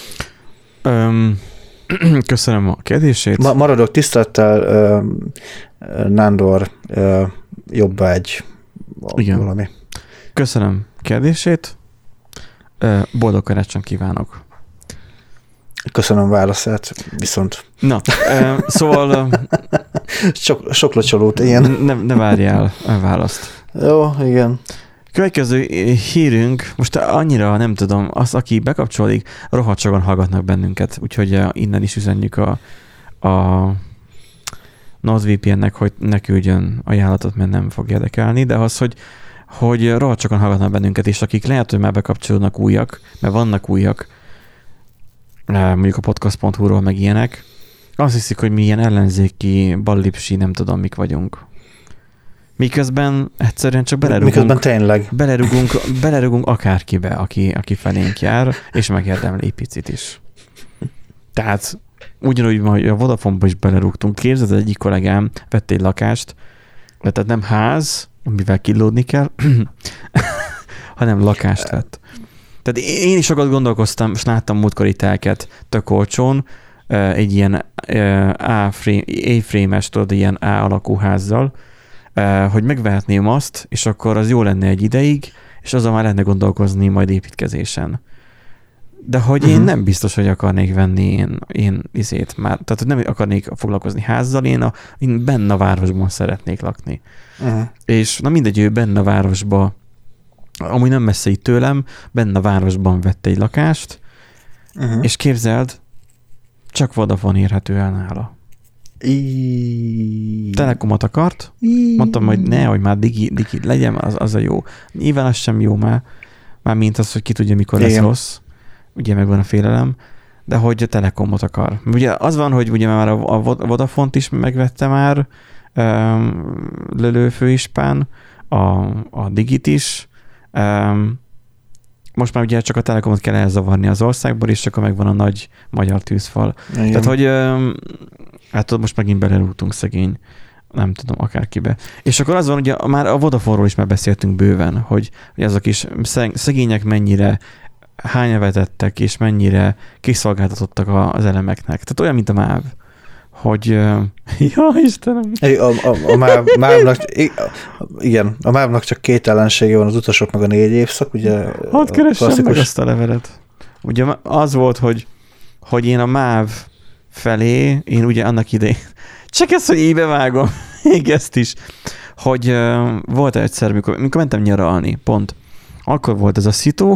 Köszönöm a kérdését. Maradok tisztelettel, Nándor, jobbá egy valami. Köszönöm kérdését. Boldog karácsonyt kívánok. Köszönöm válaszát, viszont... Na, szóval... sok locsolót, ilyen. Ne várjál a választ. Jó, igen. Következő hírünk, most annyira nem tudom, az, aki bekapcsolódik, rohadt sokan hallgatnak bennünket, úgyhogy innen is üzenjük a NordVPN-nek, hogy ne küldjön ajánlatot, mert nem fog érdekelni, de az, hogy rohadt sokan hallgatnak bennünket, és akik lehet, hogy már bekapcsolódnak újak, mert vannak újak, mondjuk a podcast.hu-ról meg ilyenek, azt hiszik, hogy mi ilyen ellenzéki, ballipsi, nem tudom, mik vagyunk. Miközben egyszerűen csak belerugunk akárkibe, aki felénk jár, és megérdemli egy picit is. Tehát ugyanúgy, hogy a Vodafone-ba is belerúgtunk. Képzeld, az egyik kollégám vett egy lakást, tehát nem ház, amivel kilódni kell, hanem lakást vett. Tehát én is sokat gondolkoztam, és láttam múltkori telket tök olcsón, egy ilyen A-frame-es, tudod, ilyen A alakú házzal, hogy megvehetném azt, és akkor az jó lenne egy ideig, és azon már lehetne gondolkozni majd építkezésen. De hogy én nem biztos, hogy akarnék venni én izét már, tehát hogy nem akarnék foglalkozni házzal, én benne a városban szeretnék lakni. És na mindegy, ő benne a városban, amúgy nem messze itt tőlem, benne a városban vett egy lakást, és képzeld, csak Vodafone érhető el nála. Telekomot akart, mondtam, hogy ne, hogy már digi legyen, az a jó. Nyilván az sem jó már mint az, hogy ki tudja, mikor lesz rossz. Ugye megvan a félelem, de hogy a Telekomot akar. Ugye az van, hogy ugye már a Vodafont is megvette már Lölő főispán, a Digit is. Most már ugye csak a Telekomot kell elzavarni az országból, és akkor megvan a nagy magyar tűzfal. Igen. Tehát, hogy hát most megint belerúgtunk szegény, nem tudom, akárkibe. És akkor az van, ugye már a Vodafone-ról is már beszéltünk bőven, hogy azok is szegények mennyire hányavetettek, és mennyire kiszolgáltatottak az elemeknek. Tehát olyan, mint a MÁV, hogy ja, Istenem. A MÁV-nak csak két ellensége van, az utasok meg a 4 évszak, ugye. Hadd keressem meg azt a levelet. Ugye az volt, hogy én a MÁV felé, én ugye annak idején, csak ezt, hogy így bevágom, még ezt is, hogy volt egyszer, mikor mentem nyaralni, pont, akkor volt ez a szitu,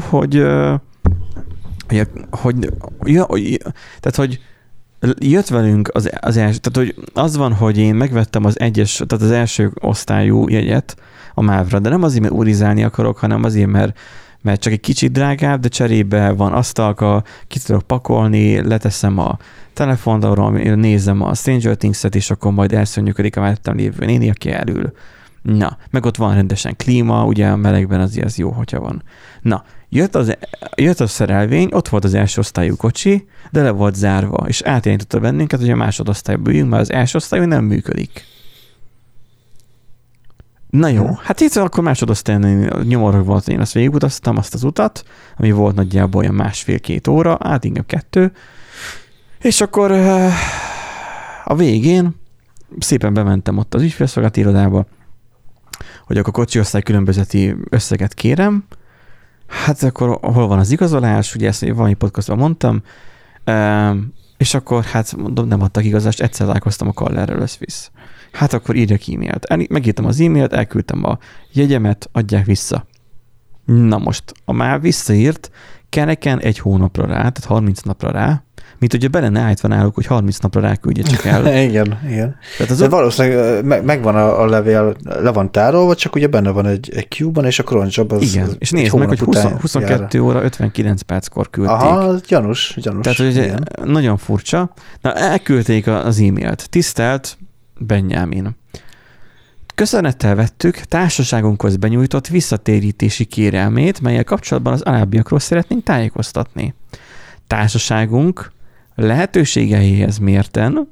tehát, hogy jött velünk az első, tehát, hogy az van, hogy én megvettem tehát az első osztályú jegyet a MÁV-ra, de nem azért, mert urizálni akarok, hanem azért, mert csak egy kicsit drágább, de cserébe van asztalka, ki tudok pakolni, leteszem a telefont, arra nézem a Stranger Things-et, és akkor majd elszörnyűködik a mellettem lévő néni, aki elül. Na, meg ott van rendesen klíma, ugye a melegben azért az jó, hogyha van. Na, jött a szerelvény, ott volt az első osztályú kocsi, de le volt zárva, és átjelentotta bennünket, hogy a másodosztályba üljünk, mert az első osztályú nem működik. Na jó, hát itt akkor másodosztályon nyomorog volt, én azt végigutaztam azt az utat, ami volt nagyjából olyan 1,5-2 óra, inkább 2, és akkor a végén szépen bementem ott az ügyfélszolgálati irodába, hogy akkor kocsiosztály különbözeti összeget kérem, hát akkor hol van az igazolás, ugye ezt valami podcastban mondtam, És akkor hát mondom, nem adtak igazást, egyszer találkoztam a Kallerrel összvisz. Hát akkor írjak e-mailt. Megírtam az e-mailt, elküldtem a jegyemet, adják vissza. Na most, a már visszaírt, kereken 1 hónapra rá, tehát 30 napra rá, mint ugye be lenne állítva náluk, hogy 30 napra ráküldje csak el. Igen. De valószínűleg megvan a levél, le van tárolva, csak ugye benne van egy queue-ban, és a cronjob az. Igen, és nézd meg, hogy 22 óra 59 perckor küldték. Aha, gyanús. Tehát, hogy nagyon furcsa. Na, elküldték az e-mailt. Tisztelt Benjamin. Köszönettel vettük társaságunkhoz benyújtott visszatérítési kérelmét, melyel kapcsolatban az alábbiakról szeretnénk tájékoztatni. Társaságunk lehetőségeihez mérten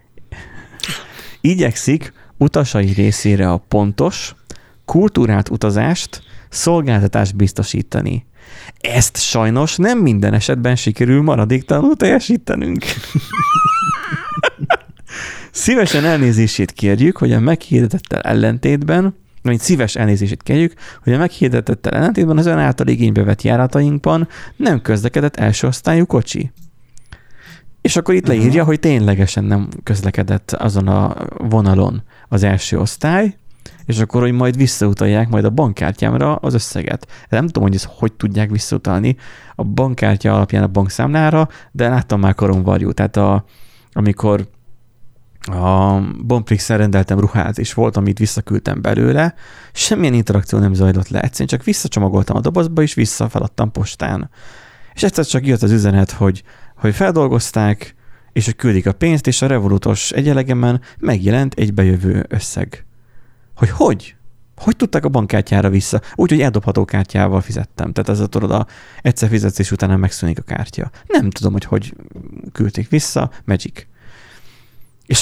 igyekszik utasai részére a pontos, kultúrált utazást, szolgáltatást biztosítani. Ezt sajnos nem minden esetben sikerül maradéktalanul teljesítenünk. Szívesen elnézését kérjük, hogy a meghirdetettel ellentétben, vagy szíves elnézését kérjük, hogy a meghirdetettel ellentétben az ön által igénybe vett járatainkban nem közlekedett első osztályú kocsi. És akkor itt leírja, hogy ténylegesen nem közlekedett azon a vonalon az első osztály, és akkor, hogy majd visszautalják majd a bankkártyámra az összeget. Nem tudom, hogy ezt hogy tudják visszautalni a bankkártya alapján a bankszámlára, de láttam már koromvarjú. Tehát amikor a Bonprixen rendeltem ruhát, és volt, amit visszaküldtem belőle, semmilyen interakció nem zajlott le. Egyszerűen csak visszacsomagoltam a dobozba, és visszafeladtam postán. És egyszer csak jött az üzenet, hogy feldolgozták, és hogy küldik a pénzt, és a Revolutos egyelegemen megjelent egy bejövő összeg. Hogy tudtak a bankkártyára vissza? Úgyhogy eldobható kártyával fizettem. Tehát ez tudod, egyszer fizetés után megszűnik a kártya. Nem tudom, hogy küldték vissza. Magic. És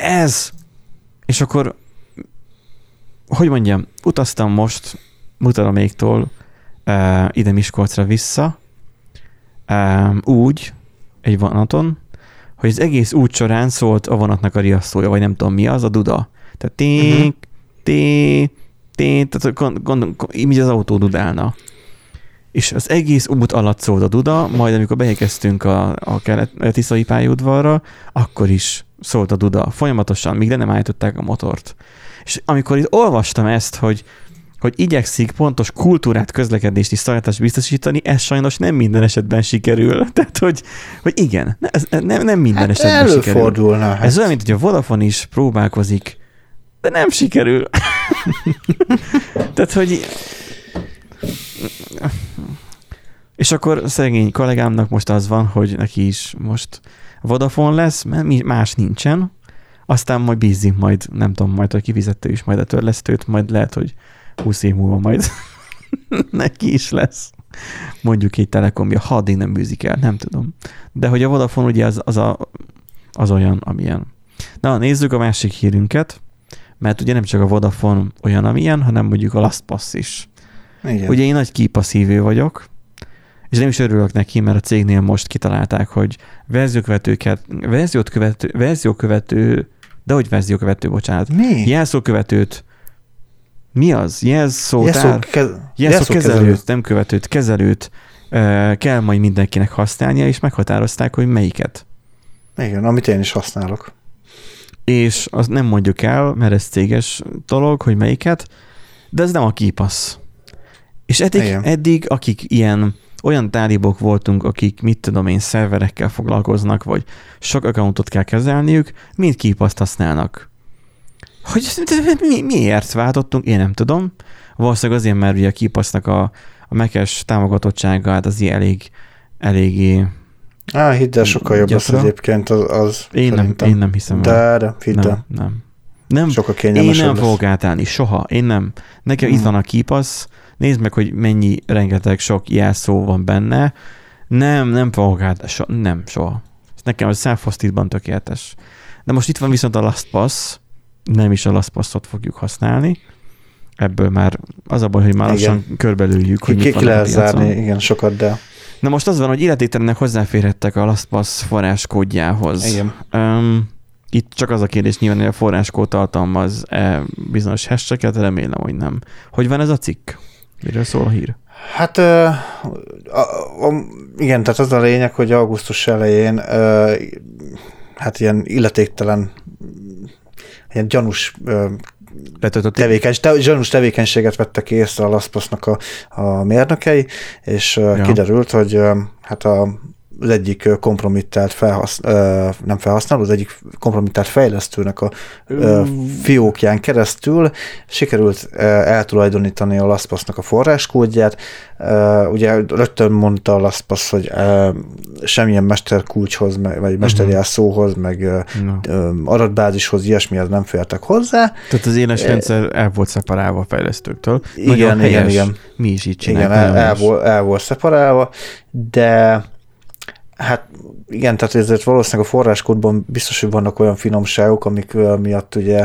akkor hogy mondjam, utaztam most Mutaraméktól ide Miskolcra vissza, úgy, egy vonaton, hogy az egész út során szólt a vonatnak a riasztója, vagy nem tudom mi az, a duda. Tehát tehát így az autó dudálna. És az egész út alatt szólt a duda, majd amikor beérkeztünk a Tiszai pályaudvarra, akkor is szólt a duda folyamatosan, míg nem állították a motort. És amikor itt olvastam ezt, hogy igyekszik pontos kultúrát, közlekedést és szolgáltatást biztosítani, ez sajnos nem minden esetben sikerül. Tehát, hogy igen, nem minden esetben előfordulna. sikerül. Ez olyan, mint hogy a Vodafone is próbálkozik, de nem sikerül. Tehát, hogy... És akkor szegény kollégámnak most az van, hogy neki is most Vodafone lesz, mert más nincsen, aztán majd bízzünk majd, nem tudom, majd a kifizető is majd a törlesztőt, majd lehet, hogy 20 év múlva majd neki is lesz. Mondjuk egy telekomja, ha addig nem bűzik el, nem tudom. De hogy a Vodafone ugye az olyan, amilyen. Na, nézzük a másik hírünket, mert ugye nem csak a Vodafone olyan, amilyen, hanem mondjuk a LastPass is. Igen. Ugye én nagy Keepa szívő vagyok, és nem is örülök neki, mert a cégnél most kitalálták, hogy jelszókövetőt, mi az? Jelszókezelőt, nem követőt, kezelőt kell majd mindenkinek használnia, és meghatározták, hogy melyiket. Igen, amit én is használok. És azt nem mondjuk el, mert ez céges dolog, hogy melyiket, de ez nem a Keepass. És eddig akik olyan tálibok voltunk, akik, mit tudom én, szerverekkel foglalkoznak, vagy sok accountot kell kezelniük, mind Keepast használnak. Hogy miért váltottunk, én nem tudom. Valószínűleg azért, mert ugye a Keepastnak a Mac-es támogatottsága, hát az eléggé hidd el, sokkal jobb az egyébként az én nem hiszem. De hidd el. Nem. Sokkal kényelmesebb én nem fogok átállni, soha. Én nem. Nekem itt van a Keepass, nézd meg, hogy mennyi, rengeteg sok jelszó van benne. Nem fogok átállni, nem, soha. Nekem a self-hostedban tökéletes. De most itt van viszont a LastPass, nem is a LastPass-ot fogjuk használni. Ebből már az a baj, hogy már lassan körbelüljük, hogy mit van lehet zárni, igen, sokat, de... Na most az van, hogy illetételenek hozzáférhettek a LastPass forráskódjához. Igen. Itt csak az a kérdés nyilván, hogy a forráskód tartalmaz bizonyos hashtag-et, remélem, hogy nem. Hogy van ez a cikk? Miről szól a hír? Hát igen, tehát az a lényeg, hogy augusztus elején hát ilyen illetéktelen, ilyen gyanús gyanús tevékenységet vettek észre a LastPass-nak a mérnökei, és kiderült, hogy hát az egyik kompromittált nem felhasználó, az egyik kompromittált fejlesztőnek a fiókján keresztül sikerült eltulajdonítani a LastPass-nak a forráskódját. Ugye rögtön mondta a LastPass, hogy semmilyen mesterkulcshoz, vagy mesterjelszóhoz, meg adatbázishoz, ilyesmihez nem fértek hozzá. Tehát az éles rendszer el volt szeparálva a fejlesztőktől. Igen. Mi is így csináljuk. Igen, el volt szeparálva, de hát igen, tehát ezért valószínűleg a forráskódban biztos, hogy vannak olyan finomságok, amik miatt ugye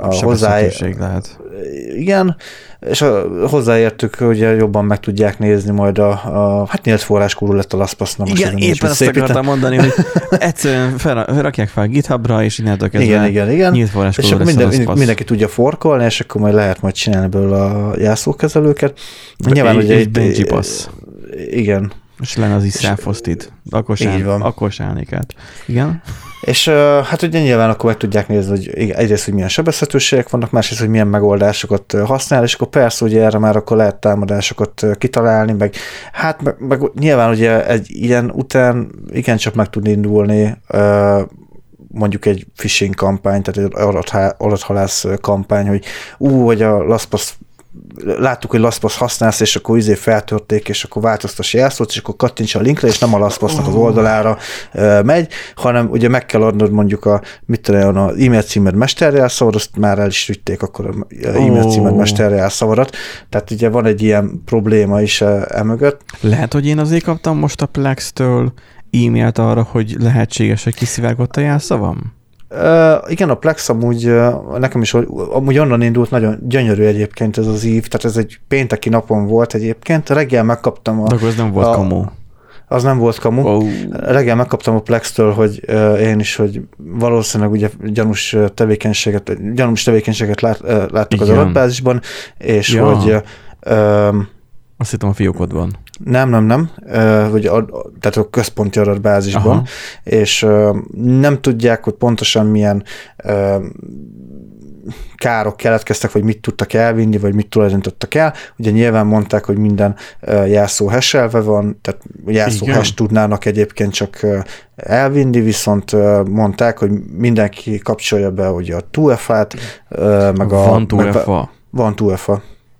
lehet. Igen, és hozzáértük, hogy jobban meg tudják nézni majd hát nyílt forráskódú lett a LastPass-nak. Igen, éppen azt akartam mondani, hogy egyszerűen rakják fel a GitHubra, és innentől kezdve nyílt forráskódú lesz a LastPass. Mindenki tudja forkolni, és akkor majd lehet majd csinálni belőle a jelszókezelőket. Nyilván ugye egy Pass. Igen. És lenne az is self-hosted. Akkor se állnék át. Igen? És hát ugye nyilván akkor meg tudják nézni, hogy egyrészt, hogy milyen sebezhetőségek vannak, másrészt, hogy milyen megoldásokat használ, és akkor persze ugye erre már akkor lehet támadásokat kitalálni, meg hát meg nyilván ugye egy ilyen után igencsak meg tud indulni mondjuk egy phishing kampány, tehát egy adathalász kampány, hogy hogy a LastPass láttuk, hogy LastPass használsz, és akkor feltörték, és akkor változtass jelszót, és akkor kattints a linkre, és nem a LastPass-nak az oldalára megy, hanem ugye meg kell adnod mondjuk az e-mail címed mesterjelszavad, azt már el is vitték akkor az e-mail címed mesterjelszavadat. Tehát ugye van egy ilyen probléma is emögött. Lehet, hogy én azért kaptam most a Plex-től e-mailt arra, hogy lehetséges, hogy kiszivárgott a jelszavam? Igen, a Plex amúgy nekem is amúgy onnan indult, nagyon gyönyörű egyébként ez az ív, tehát ez egy pénteki napon volt egyébként, reggel megkaptam de az nem volt kamu. Az nem volt kamu. Reggel megkaptam a Plex-től, hogy én is, hogy valószínűleg ugye gyanús tevékenységet láttak az adatbázisban, és hogy azt hittem a fiókodban. Nem, tehát a központi adatbázisban, és nem tudják, hogy pontosan milyen károk keletkeztek, vagy mit tudtak elvinni, vagy mit tulajdonítottak el. Ugye nyilván mondták, hogy minden jelszó hash-elve van, tehát jelszó hash tudnának egyébként csak elvinni, viszont mondták, hogy mindenki kapcsolja be ugye a 2FA-t, meg van 2FA. Van 2FA.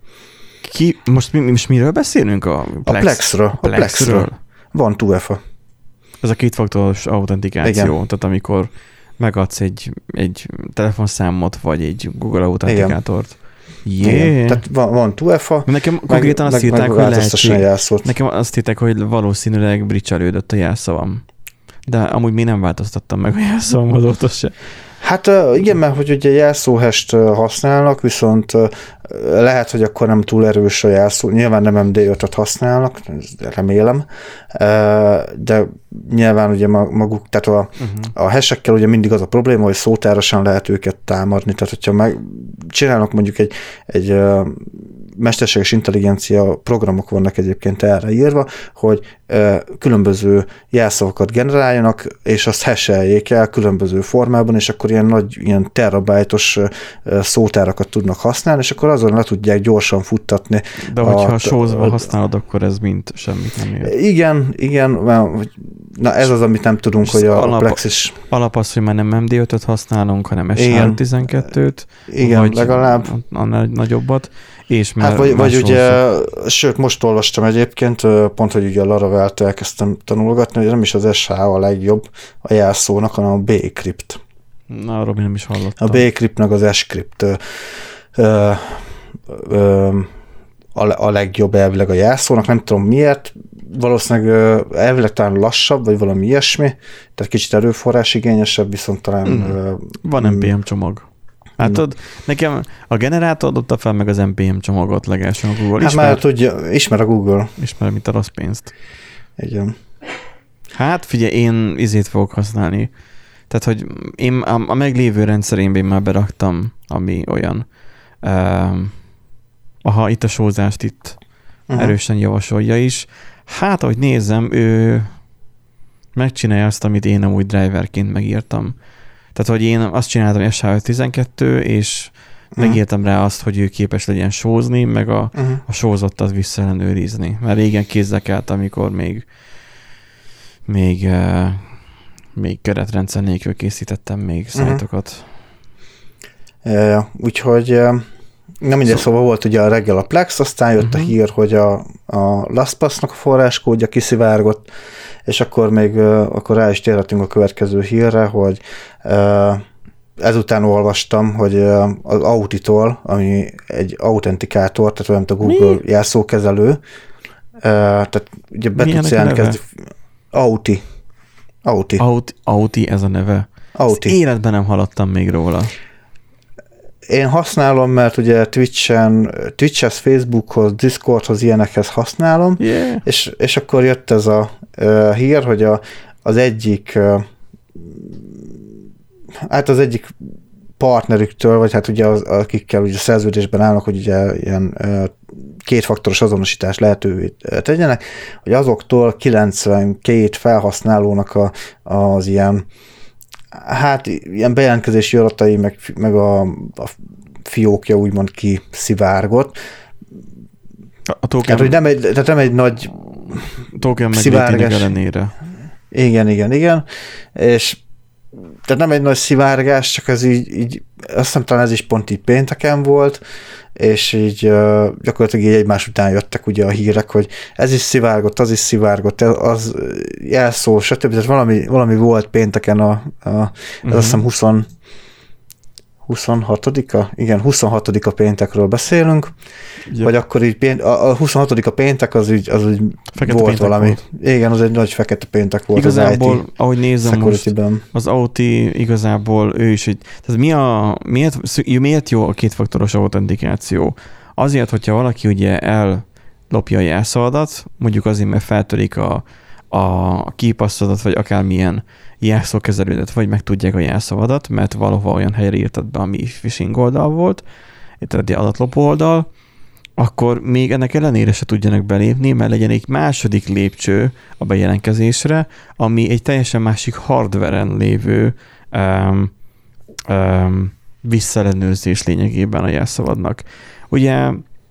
Most miről beszélünk? A Plexről. Van 2FA. Ez a kétfaktoros autentikáció, tehát amikor megadsz egy telefonszámot, vagy egy Google autentikátort. Tehát van 2FA. Nekem konkrétan azt írták, hogy lehetséges. Nekem azt írták, hogy valószínűleg bricselődött a jelszavam. De amúgy még nem változtattam meg a jelszavam azóta se. Hát igen, mert hogy ugye jelszóhest használnak, viszont lehet, hogy akkor nem túl erős a jelszó. Nyilván nem MD5-öt használnak, remélem, de nyilván ugye maguk, tehát a hash-ekkel ugye mindig az a probléma, hogy szótárosan lehet őket támadni, tehát hogyha csinálnak mondjuk egy mesterséges intelligencia programok vannak egyébként erre írva, hogy különböző jelszavakat generáljanak, és azt hash-eljék el különböző formában, és akkor ilyen terabájtos szótárakat tudnak használni, és akkor azon le tudják gyorsan futtatni. De hogyha sózva használod, akkor ez mind semmit nem ér. Igen, na ez az, amit nem tudunk, hogy a Plex is... Alap az, hogy már nem MD5-öt használunk, hanem SHA-12-t, igen, vagy legalább annál nagyobbat. És hát vagy ugye, sőt, most olvastam egyébként, pont, hogy ugye a Laravelt elkezdtem tanulgatni, hogy nem is az SH a legjobb a jelszónak, hanem a bcrypt. Na, arról nem is hallottam. A bcryptnek az scrypt a legjobb elvileg a jelszónak, nem tudom miért, valószínűleg elvileg talán lassabb, vagy valami ilyesmi, tehát kicsit erőforrás igényesebb, viszont talán... Van NPM csomag. Látod, nekem a generátor adott fel meg az NPM csomagot legelső a Google. Hát már tudja, ismer a Google. Ismer, mint a rossz pénzt. Igen. Hát figyelj, én izét fogok használni. Tehát, hogy én a meglévő rendszerémben már beraktam, ami olyan. Itt a sózást itt erősen javasolja is. Hát, ahogy nézem, ő megcsinálja azt, amit én amúgy driverként megírtam. Tehát, hogy én azt csináltam SH12, és megírtam rá azt, hogy ő képes legyen sózni, meg a sózottat visszaellenőrizni. Mert régen kézzel kellett, amikor még keretrendszer nélkül készítettem még szájtokat. Úgyhogy nem mindegy, szóval volt ugye a reggel a Plex, aztán jött a hír, hogy a LastPass-nak a forráskódja kiszivárgott, és akkor még akkor rá is térhetünk a következő hírre, hogy ezután olvastam, hogy az Authy-tól, ami egy autentikátor, tehát olyan, mint a Google jelszókezelő, tehát ugye be tudsz jelentkezni. Authy. Authy ez a neve. Authy. Életben nem hallottam még róla. Én használom, mert ugye Twitchhez, Facebookhoz, Discordhoz, ilyenekhez használom, és akkor jött ez a hír, hogy az egyik partnerüktől, vagy hát ugye akikkel ugye szerződésben állnak, hogy ugye ilyen kétfaktoros azonosítást lehetővé tegyenek, hogy azoktól 92 felhasználónak az ilyen ilyen bejelentkezési adatai, meg a fiókja úgymond kiszivárgott. A token, hát, hogy nem egy nagy token meglétének ellenére. Igen. És tehát nem egy nagy szivárgás, csak ez így azt hiszem talán ez is pont így pénteken volt, és így gyakorlatilag így egymás után jöttek ugye a hírek, hogy ez is szivárgott, az is szivárgott, az jelszó, stb. Tehát valami volt pénteken ez azt hiszem 26-a? Igen, 26-a péntekről beszélünk, vagy akkor így a 26-a péntek az úgy volt valami. Volt. Igen, az egy nagy fekete péntek volt. Igazából, ahogy nézem most, az Authy igazából ő is miért jó a kétfaktoros autentikáció? Azért, hogyha valaki ugye ellopja a jelszavadat, mondjuk azért, mert feltörik a kipasszodat, vagy akármilyen jelszókezelődet, vagy megtudják a jelszavadat, mert valahol olyan helyre írtad be, ami phishing oldal volt, tehát egy adatlopó oldal, akkor még ennek ellenére se tudjanak belépni, mert legyen egy második lépcső a bejelentkezésre, ami egy teljesen másik hardveren lévő visszaellenőrzés lényegében a jelszavadnak. Ugye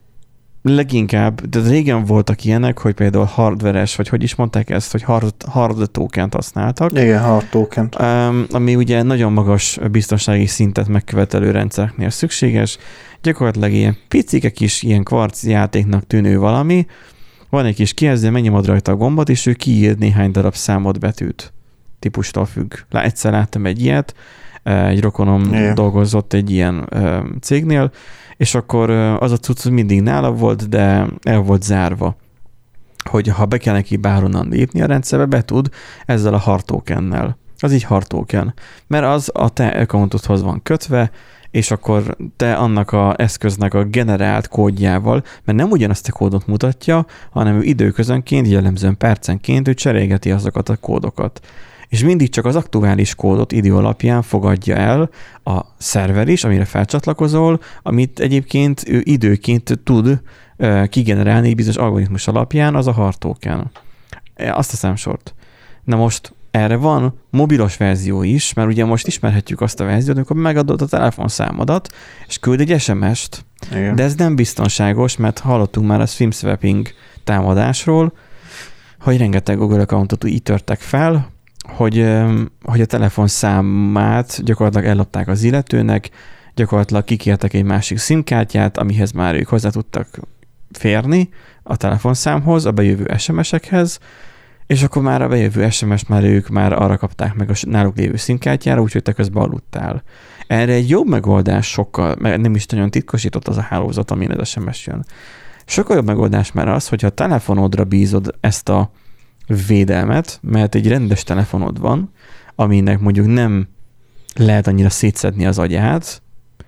leginkább, de régen voltak ilyenek, hogy például hardveres, vagy hogy is mondták ezt, hogy hard tokent használtak. Igen, hard tokent. Ami ugye nagyon magas biztonsági szintet megkövetelő rendszereknél szükséges. Gyakorlatilag ilyen picike kis ilyen kvarc játéknak tűnő valami, van egy kis kijelző, megnyomod rajta a gombot, és ő kiír néhány darab számot, betűt. Típustól függ. Egyszer láttam egy ilyet, egy rokonom dolgozott egy ilyen cégnél, és akkor az a cucc mindig nála volt, de el volt zárva, hogy ha be kell neki bárhonnan lépni a rendszerbe, be tud ezzel a hard tokennel. Az így hard token, mert az a te accountodhoz van kötve, és akkor te annak az eszköznek a generált kódjával, mert nem ugyanazt a kódot mutatja, hanem ő időközönként, jellemzően percenként ő cserélgeti azokat a kódokat. És mindig csak az aktuális kódot idő alapján fogadja el a szerver is, amire felcsatlakozol, amit egyébként ő időként tud kigenerálni egy bizonyos algoritmus alapján, az a hard token. Azt teszem sort. Na most erre van mobilos verzió is, mert ugye most ismerhetjük azt a verziót, amikor megadod a telefonszámodat, és küld egy SMS-t. Igen. De ez nem biztonságos, mert hallottunk már a SIM swapping támadásról, hogy rengeteg Google accountot így törtek fel, hogy a telefonszámát gyakorlatilag ellopták az illetőnek, gyakorlatilag kikértek egy másik SIM-kártyát, amihez már ők hozzá tudtak férni a telefonszámhoz, a bejövő SMS-ekhez, és akkor már a bejövő SMS-t már ők már arra kapták meg a náluk lévő SIM-kártyára, úgyhogy te közben aludtál. Erre egy jobb megoldás sokkal, mert nem is nagyon titkosított az a hálózat, amin az SMS jön. Sokkal jobb megoldás már az, hogyha a telefonodra bízod ezt a védelmet, mert egy rendes telefonod van, aminek mondjuk nem lehet annyira szétszedni az agyát,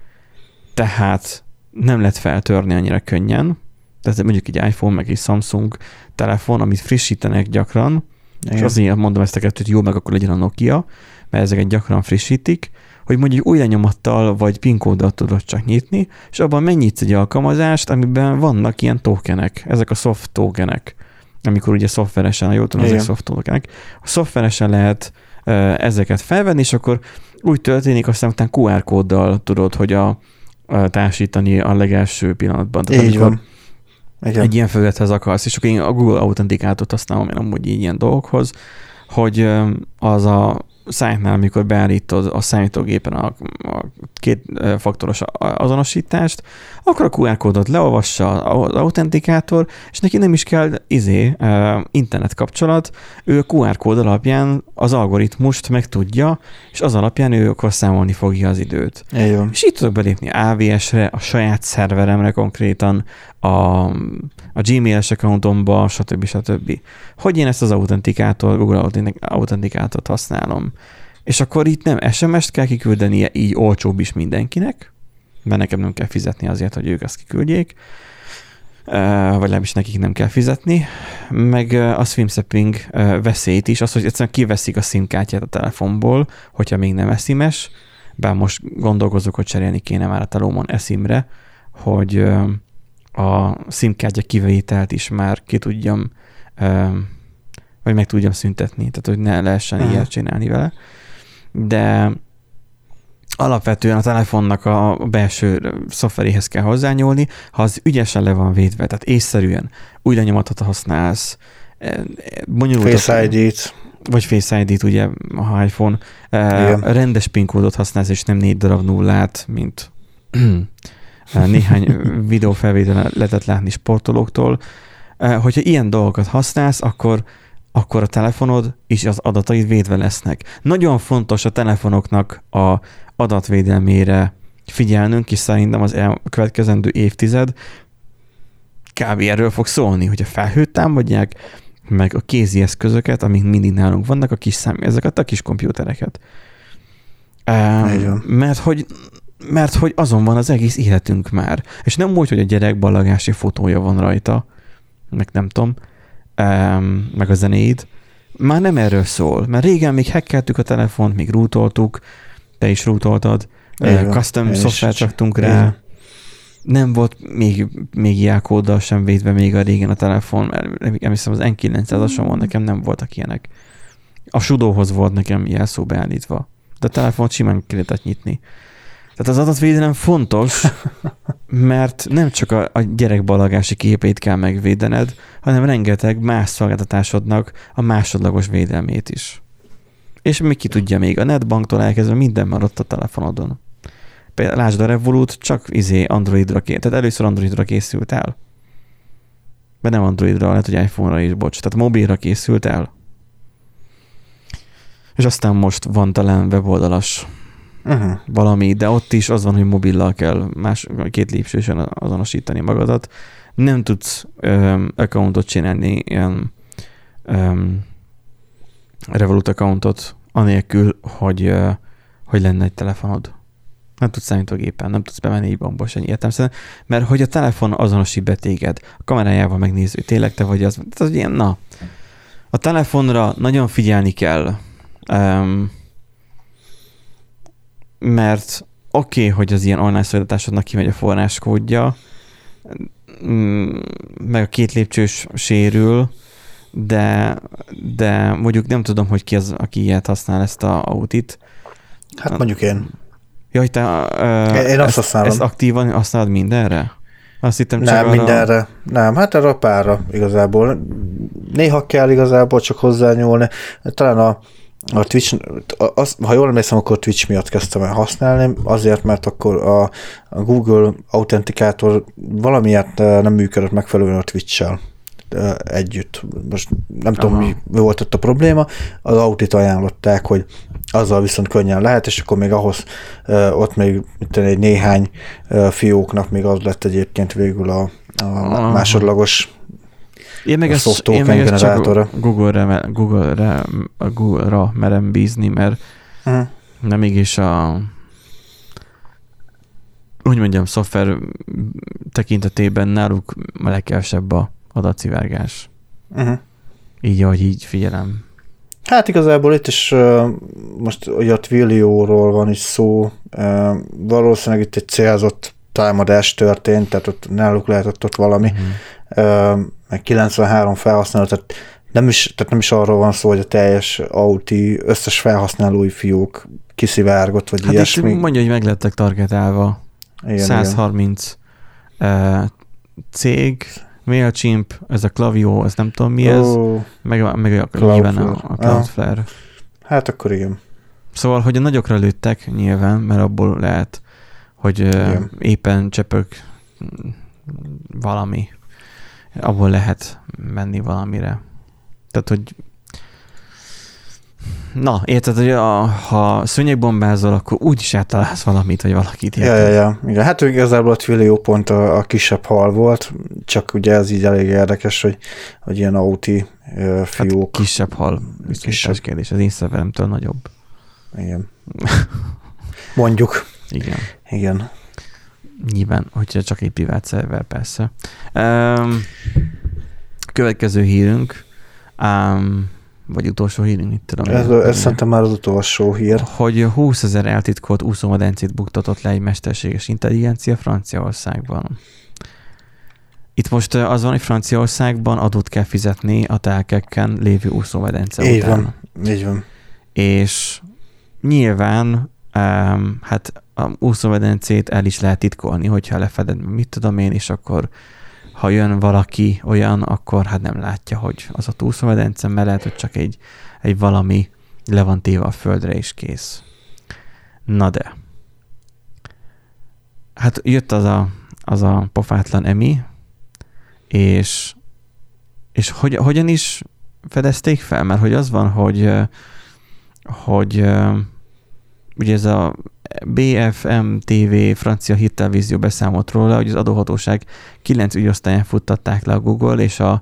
tehát nem lehet feltörni annyira könnyen, tehát mondjuk egy iPhone, meg egy Samsung telefon, amit frissítenek gyakran, És azért mondom ezt a kettőt, jó, meg akkor legyen a Nokia, mert ezeket gyakran frissítik, hogy mondjuk új lenyomattal vagy PIN kóddal tudod csak nyitni, és abban megnyitsz egy alkalmazást, amiben vannak ilyen tokenek, ezek a soft tokenek, amikor ugye szoftveresen, ha jól tudom, ezek soft tokenek. A szoftveresen lehet ezeket felvenni, és akkor úgy történik, aztán utána QR kóddal tudod, hogy társítani a legelső pillanatban. Tehát így van. Egy ilyen felülethez akarsz, és akkor én a Google Authentikátort használom én amúgy ilyen dolgokhoz, hogy az a szájtnál, amikor beállítod a számítógépen a kétfaktoros azonosítást, akkor a QR kódot leolvassa az autentikátor, és neki nem is kell internet kapcsolat, ő a QR kód alapján az algoritmust megtudja, és az alapján ő akkor számolni fogja az időt. Igen. És így tudok belépni AWS-re, a saját szerveremre konkrétan, a Gmail-es accountomba, stb. Hogy én ezt az Google Authentikátort használom. És akkor itt nem SMS-t kell kiküldenie, így olcsóbb is mindenkinek, mert nekem nem kell fizetni azért, hogy ők azt kiküldjék, vagy legalábbis nekik nem kell fizetni, meg a SIM-swapping veszélyt is, az, hogy egyszerűen kiveszik a SIM-kártyát a telefonból, hogyha még nem eSIM-es, bár most gondolkozok, hogy cserélni kéne már a telómon eSIM-re, hogy a SIM-kártya kivételt is már ki tudjam, vagy meg tudjam szüntetni, tehát hogy ne lehessen ilyet csinálni vele. De alapvetően a telefonnak a belső szoftveréhez kell hozzányúlni, ha az ügyesen le van védve, tehát észszerűen új lenyomatot használsz, Face ID-t. Vagy Face ID-t, ugye, ha iPhone, rendes PIN kódot használsz, és nem 4 darab nullát, mint néhány videófelvételen lehetett látni sportolóktól. Hogyha ilyen dolgokat használsz, akkor a telefonod és az adataid védve lesznek. Nagyon fontos a telefonoknak a adatvédelmére figyelnünk, és szerintem az következendő évtized kb. Erről fog szólni, hogy a felhőt támadják, meg a kézi eszközöket, amik mindig nálunk vannak, ezeket a kis kompjútereket. Mert hogy azon van az egész életünk már. És nem úgy, hogy a gyerek ballagási fotója van rajta, meg nem tudom, meg a zenéid. Már nem erről szól, mert régen még hackeltük a telefont, még rootoltuk, te is rootoltad, custom szoftvert raktunk rá, nem volt még jelkóddal sem védve még a régen a telefon, mert emlékszem az N900-ason van, nekem nem voltak ilyenek. A Sudohoz volt nekem jelszó beállítva, de a telefont simán ki lehetett nyitni. Tehát az adatvédelem fontos, mert nem csak a gyerek ballagási képeit kell megvédened, hanem rengeteg más szolgáltatásodnak a másodlagos védelmét is. És még ki tudja még, a netbanktól elkezdve minden maradt a telefonodon. Például lásd a Revolut, csak Androidra tehát először Androidra készült el. De nem Androidra, lehet, hogy iPhone-ra is, bocs. Tehát mobilra készült el. És aztán most van talán weboldalas valami, de ott is az van, hogy mobillal kell két lépcsősen azonosítani magadat. Nem tudsz accountot csinálni, ilyen Revolut accountot, anélkül, hogy lenne egy telefonod. Nem tudsz számítógépen, nem tudsz bemenni egy bankba sem értelemszerűen, mert hogy a telefon azonosít be téged, a kamerájával megnéző, tényleg te vagy az. Tehát az ilyen, na. A telefonra nagyon figyelni kell, mert oké, hogy az ilyen online szolgáltatásodnak kimegy a forráskódja, meg a két lépcsős sérül, de mondjuk nem tudom, hogy ki az, aki ilyet használ, ezt a Autit. Hát mondjuk én. Jaj, én azt használom. Ezt aktívan használod mindenre? Azt hittem csak nem, mindenre. Nem, hát arra a párra igazából. Néha kell igazából csak hozzányúlni. Talán a Twitch, ha jól emlékszem, akkor Twitch miatt kezdtem el használni, azért, mert akkor a Google Autentikátor valamiért nem működött megfelelően a Twitch-sel együtt. Most nem tudom, mi volt ott a probléma. Az Autit ajánlották, hogy azzal viszont könnyen lehet, és akkor még ahhoz ott még egy néhány fióknak még az lett egyébként végül a másodlagos soft token generátora. Google-ra merem bízni, mert nem mégis úgy mondjam, szoftver tekintetében náluk a legkevesebb a adatszivárgás. Így, ahogy így figyelem. Hát igazából itt is most ugye a Twilio-ról van is szó, valószínűleg itt egy célzott támadás történt, tehát ott náluk lehetett ott valami, meg 93 felhasználó, tehát nem is arról van szó, hogy a teljes Audi összes felhasználói fiók kiszivárgott, vagy ilyesmi. Hát mondja, hogy meg lettek targetálva. Igen, 130 cég, MailChimp, ez a Klaviyo, ez nem tudom mi ez, meg nyilván a Cloudflare. Hát akkor igen. Szóval, hogy a nagyokra lőttek nyilván, mert abból lehet, hogy éppen csepög valami, abból lehet menni valamire. Tehát, hogy na, érted, hogy ha szőnyegbombázol, akkor úgyis áttalálsz valamit, vagy valakit. Ja. Igen. Hát igazából a Twilio pont a kisebb hal volt, csak ugye ez így elég érdekes, hogy ilyen Audi fiók. Hát kisebb hal, viszont kérdés, az én szerveremtől nagyobb. Igen. Mondjuk. Igen. Nyilván, hogyha csak egy privát szerver, persze. Következő hírünk, vagy utolsó hírünk, mit tudom. Ez szerintem már az utolsó hír. Hogy 20 000 eltitkolt úszómedencét buktatott le egy mesterséges intelligencia Franciaországban. Itt most az van, hogy Franciaországban adót kell fizetni a telkeken lévő úszómedence után. Így van. És nyilván hát a úszómedencét el is lehet titkolni, hogyha lefeded, mit tudom én, és akkor ha jön valaki olyan, akkor hát nem látja, hogy az a úszómedence, mert lehet, hogy csak egy valami le van téve a földre, és kész. Na de. Hát jött az a pofátlan Emi, és hogyan is fedezték fel? Mert hogy az van, hogy ugye ez a BFM TV francia hírtelevízió beszámolt róla, hogy az adóhatóság 9 ügyosztályán futtatták le a Google és a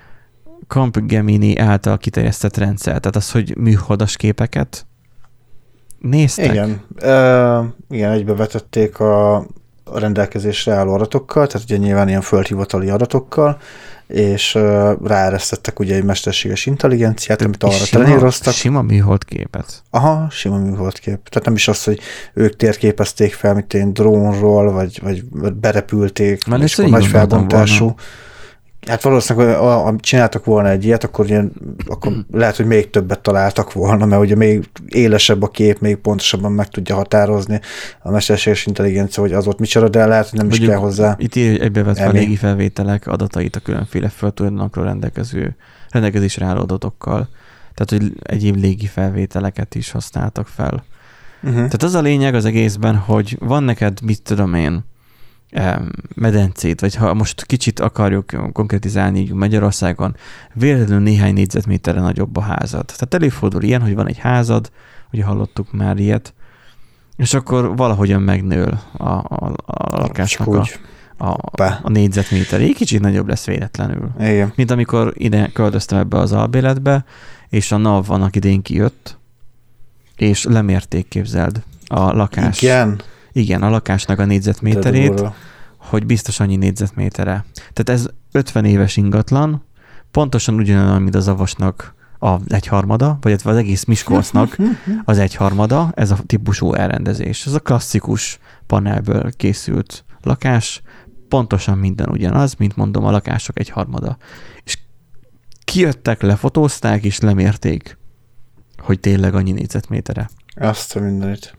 Capgemini által kiterjesztett rendszer. Tehát az, hogy műholdas képeket néztek? Igen, egybevetették a rendelkezésre álló adatokkal, tehát ugye nyilván ilyen földhivatali adatokkal, és ráeresztettek ugye egy mesterséges intelligenciát, amit arra treníroztak. Sima műholdképet? Aha, sima műholdkép. Tehát nem is az, hogy ők térképezték fel, mint én drónról, vagy berepülték, és nagy felbontású. Volna. Hát valószínűleg, ha csináltak volna egy ilyet, akkor lehet, hogy még többet találtak volna, mert ugye még élesebb a kép, még pontosabban meg tudja határozni a mesterséges intelligencia, hogy az ott micsoda, de lehet, hogy nem is kell hozzá. Itt írja, hogy egybevetve a légifelvételek adatait a különféle földtulajdonokról rendelkezésre álló adatokkal. Tehát, hogy egyéb légifelvételeket is használtak fel. Tehát az a lényeg az egészben, hogy van neked, mit tudom én, medencét, vagy ha most kicsit akarjuk konkretizálni így Magyarországon, véletlenül néhány négyzetméterre nagyobb a házad. Tehát előfordul ilyen, hogy van egy házad, ugye hallottuk már ilyet, és akkor valahogyan megnől a lakásnak a négyzetméter. Egy kicsit nagyobb lesz véletlenül. Igen. Mint amikor ide költöztem ebbe az albéletbe, és a NAV annak idén kijött, és lemérték, képzeld, a lakás. Igen, a lakásnak a négyzetméterét, hogy biztos annyi négyzetmétere. Tehát ez 50 éves ingatlan, pontosan ugyanolyan, mint az Avasnak az egyharmada, vagy az egész Miskolcnak az egyharmada, ez a típusú elrendezés. Ez a klasszikus panelből készült lakás, pontosan minden ugyanaz, mint mondom, a lakások egyharmada. És kijöttek, lefotózták, és lemérték, hogy tényleg annyi négyzetmétere. Azt a mindenit.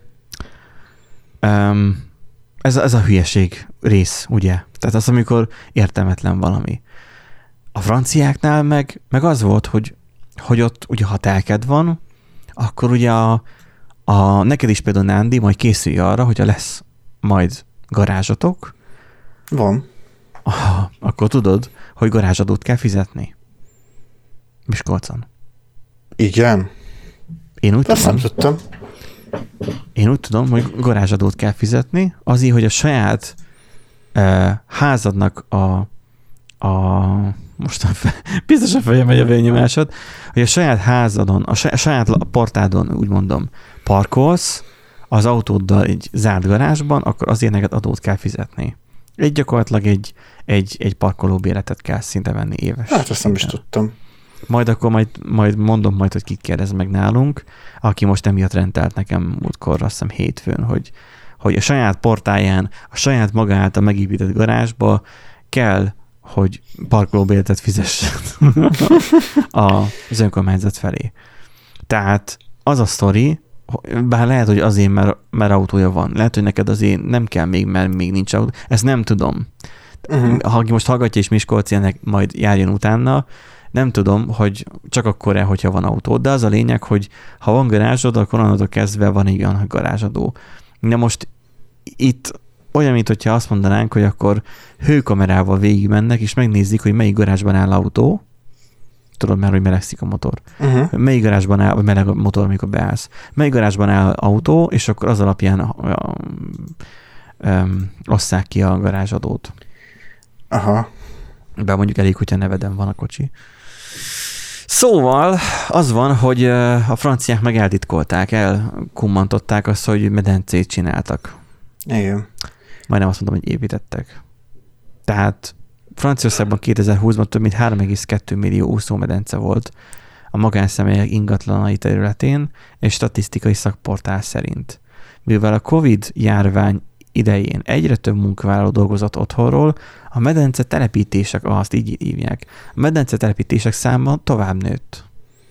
Ez a hülyeség rész, ugye? Tehát az, amikor értelmetlen valami. A franciáknál meg az volt, hogy ott ugye ha telked van, akkor ugye neked is például Nándi, majd készülj arra, hogyha lesz majd garázsatok. Van. Akkor tudod, hogy garázsadót kell fizetni. Miskolcon. Igen. Én úgy tudom. Nem tudtam. Én úgy tudom, hogy garázsadót kell fizetni, azért, hogy a saját házadnak biztosan feljön megy a vérnyomásod, hogy a saját házadon, a saját portádon, úgy mondom, parkolsz az autóddal egy zárt garázsban, akkor azért neked adót kell fizetni. Gyakorlatilag egy parkolóbéletet kell szinte venni éves. Hát ezt nem is tudtam. Majd akkor majd mondom majd, hogy kit kérdez meg nálunk, aki most emiatt rendelt nekem múltkor, azt hiszem hétfőn, hogy a saját portáján, a saját maga által megépített garázsba kell, hogy parkolóbérletet fizessen az önkormányzat felé. Tehát az a sztori, bár lehet, hogy azért, mert autója van. Lehet, hogy neked azért nem kell még, mert még nincs autó. Ezt nem tudom. Ha most hallgatja és Miskolci, ennek majd járjon utána, nem tudom, hogy csak akkor hogyha van autó. De az a lényeg, hogy ha van garázsod, akkor onnantól kezdve van egy olyan garázsadó. De most itt olyan, mint hogyha azt mondanánk, hogy akkor hőkamerával végigmennek, és megnézik, hogy melyik garázsban áll autó. Tudod már, hogy melegszik a motor. Melyik garázsban áll, vagy meleg a motor, amikor beállsz. Melyik garázsban áll autó, és akkor az alapján osszák ki a garázsadót. Aha. Bár mondjuk elég, hogyha neveden van a kocsi. Szóval az van, hogy a franciák meg eltitkolták, elkummantották azt, hogy medencét csináltak. Igen. Majdnem azt mondom, hogy építettek. Tehát Franciaországban 2020-ban több mint 3,2 millió úszómedence volt a magánszemélyek ingatlanai területén, és statisztikai szakportál szerint. Mivel a Covid járvány idején egyre több munkavállaló dolgozott otthonról, a medence telepítések, azt így hívják, a medence telepítések száma tovább nőtt.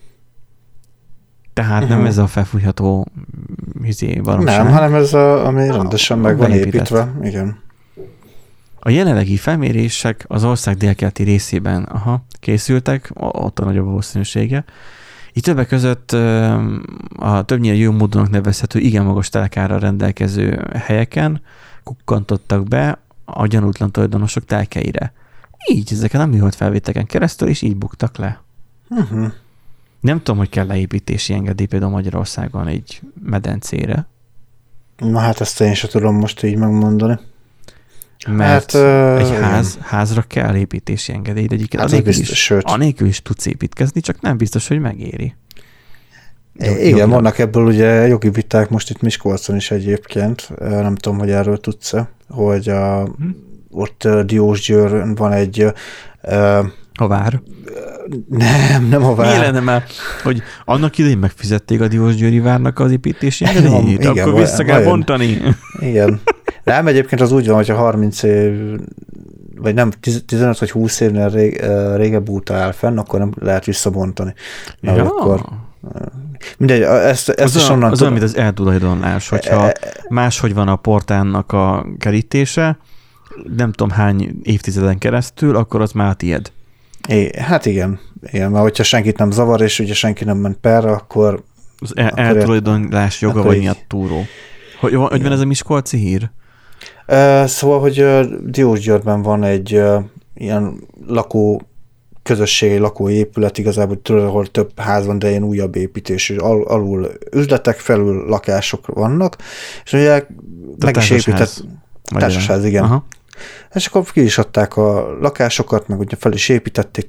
Tehát nem ez a felfújható baromság. Nem, hanem ez ami rendesen meg van építve. Igen. A jelenlegi felmérések az ország délkeleti részében készültek, ott a nagyobb valószínűsége. Így többek között a többnyire jó módonnak nevezhető, igen magas telekárral rendelkező helyeken kukkantottak be a gyanútlan tulajdonosok telkeire. Így ezeken a műholdfelvételeken keresztül, és így buktak le. Nem tudom, hogy kell leépítési engedély például Magyarországon egy medencére. Na hát ezt én sem tudom most így megmondani. Mert egy házra kell építési engedély, de egyébként anélkül is tudsz építkezni, csak nem biztos, hogy megéri. Igen, vannak ebből ugye jogi viták most itt Miskolcon is egyébként. Nem tudom, hogy erről tudsz-e, hogy ott Diósgyőrön van egy... A vár? Nem a vár. Mi lenne már, hogy annak idején megfizették a Diósgyőri várnak az építési engedélyét, akkor vissza kell bontani. Igen. Nem, egyébként az úgy van, hogyha 30 év, vagy nem, 15 vagy 20 évnél régebb óta áll fenn, akkor nem lehet visszabontani. Ja. Akkor, mindegy, ezt is onnan... Az olyan, mint az eltulajdonlás, hogyha máshogy van a portánnak a kerítése, nem tudom hány évtizeden keresztül, akkor az már tied. Hát igen, mert hogyha senkit nem zavar, és ugye senki nem ment perre, akkor... Az eltulajdonlás joga vagy miatt túró. Hogy van ez a miskolci hír? Szóval, hogy Diósgyőrben van egy ilyen közösségi lakóépület, igazából tudod, ahol több ház van, de ilyen újabb építés, és alul üzletek, felül lakások vannak, és ugye meg is épített... Társasház, igen. Aha. És akkor ki is adták a lakásokat, meg ugye fel is építették,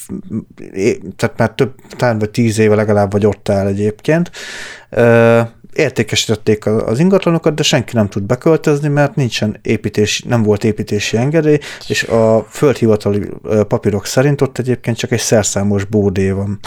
tehát már talán vagy 10 éve legalább vagy ott áll egyébként. Értékesítették az ingatlanokat, de senki nem tud beköltözni, mert nem volt építési engedély, és a földhivatali papírok szerint ott egyébként csak egy szerszámos bódé van.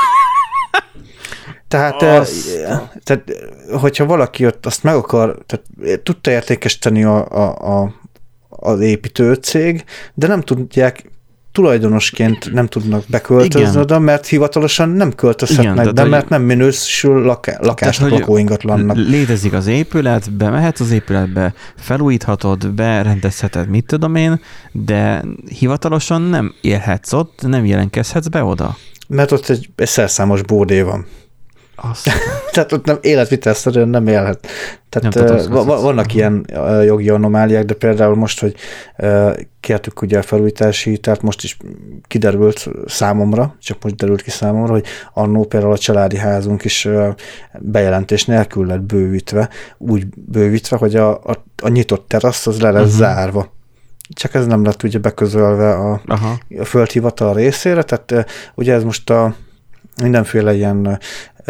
Tehát, hogyha valaki ott azt meg akar, tehát tudta értékesíteni az építőcég, de nem tudják, tulajdonosként nem tudnak beköltözni oda, mert hivatalosan nem költözhetnek be, mert nem minősül lakásnak, lakóingatlannak. Létezik az épület, bemehetsz az épületbe, felújíthatod, berendezheted, mit tudom én, de hivatalosan nem élhetsz ott, nem jelentkezhetsz be oda. Mert ott egy szerszámos bódé van. Tehát ott nem életvitelszerűen nem élhet. Tehát vannak ilyen jogi anomáliák, de például most, hogy kértük ugye a felújítási, tehát most is kiderült számomra, csak most derült ki számomra, hogy annó például a családi házunk is bejelentés nélkül lett bővítve, úgy bővítve, hogy a nyitott terasz az le lesz zárva. Csak ez nem lett ugye beközölve a földhivatal részére, tehát ugye ez most mindenféle ilyen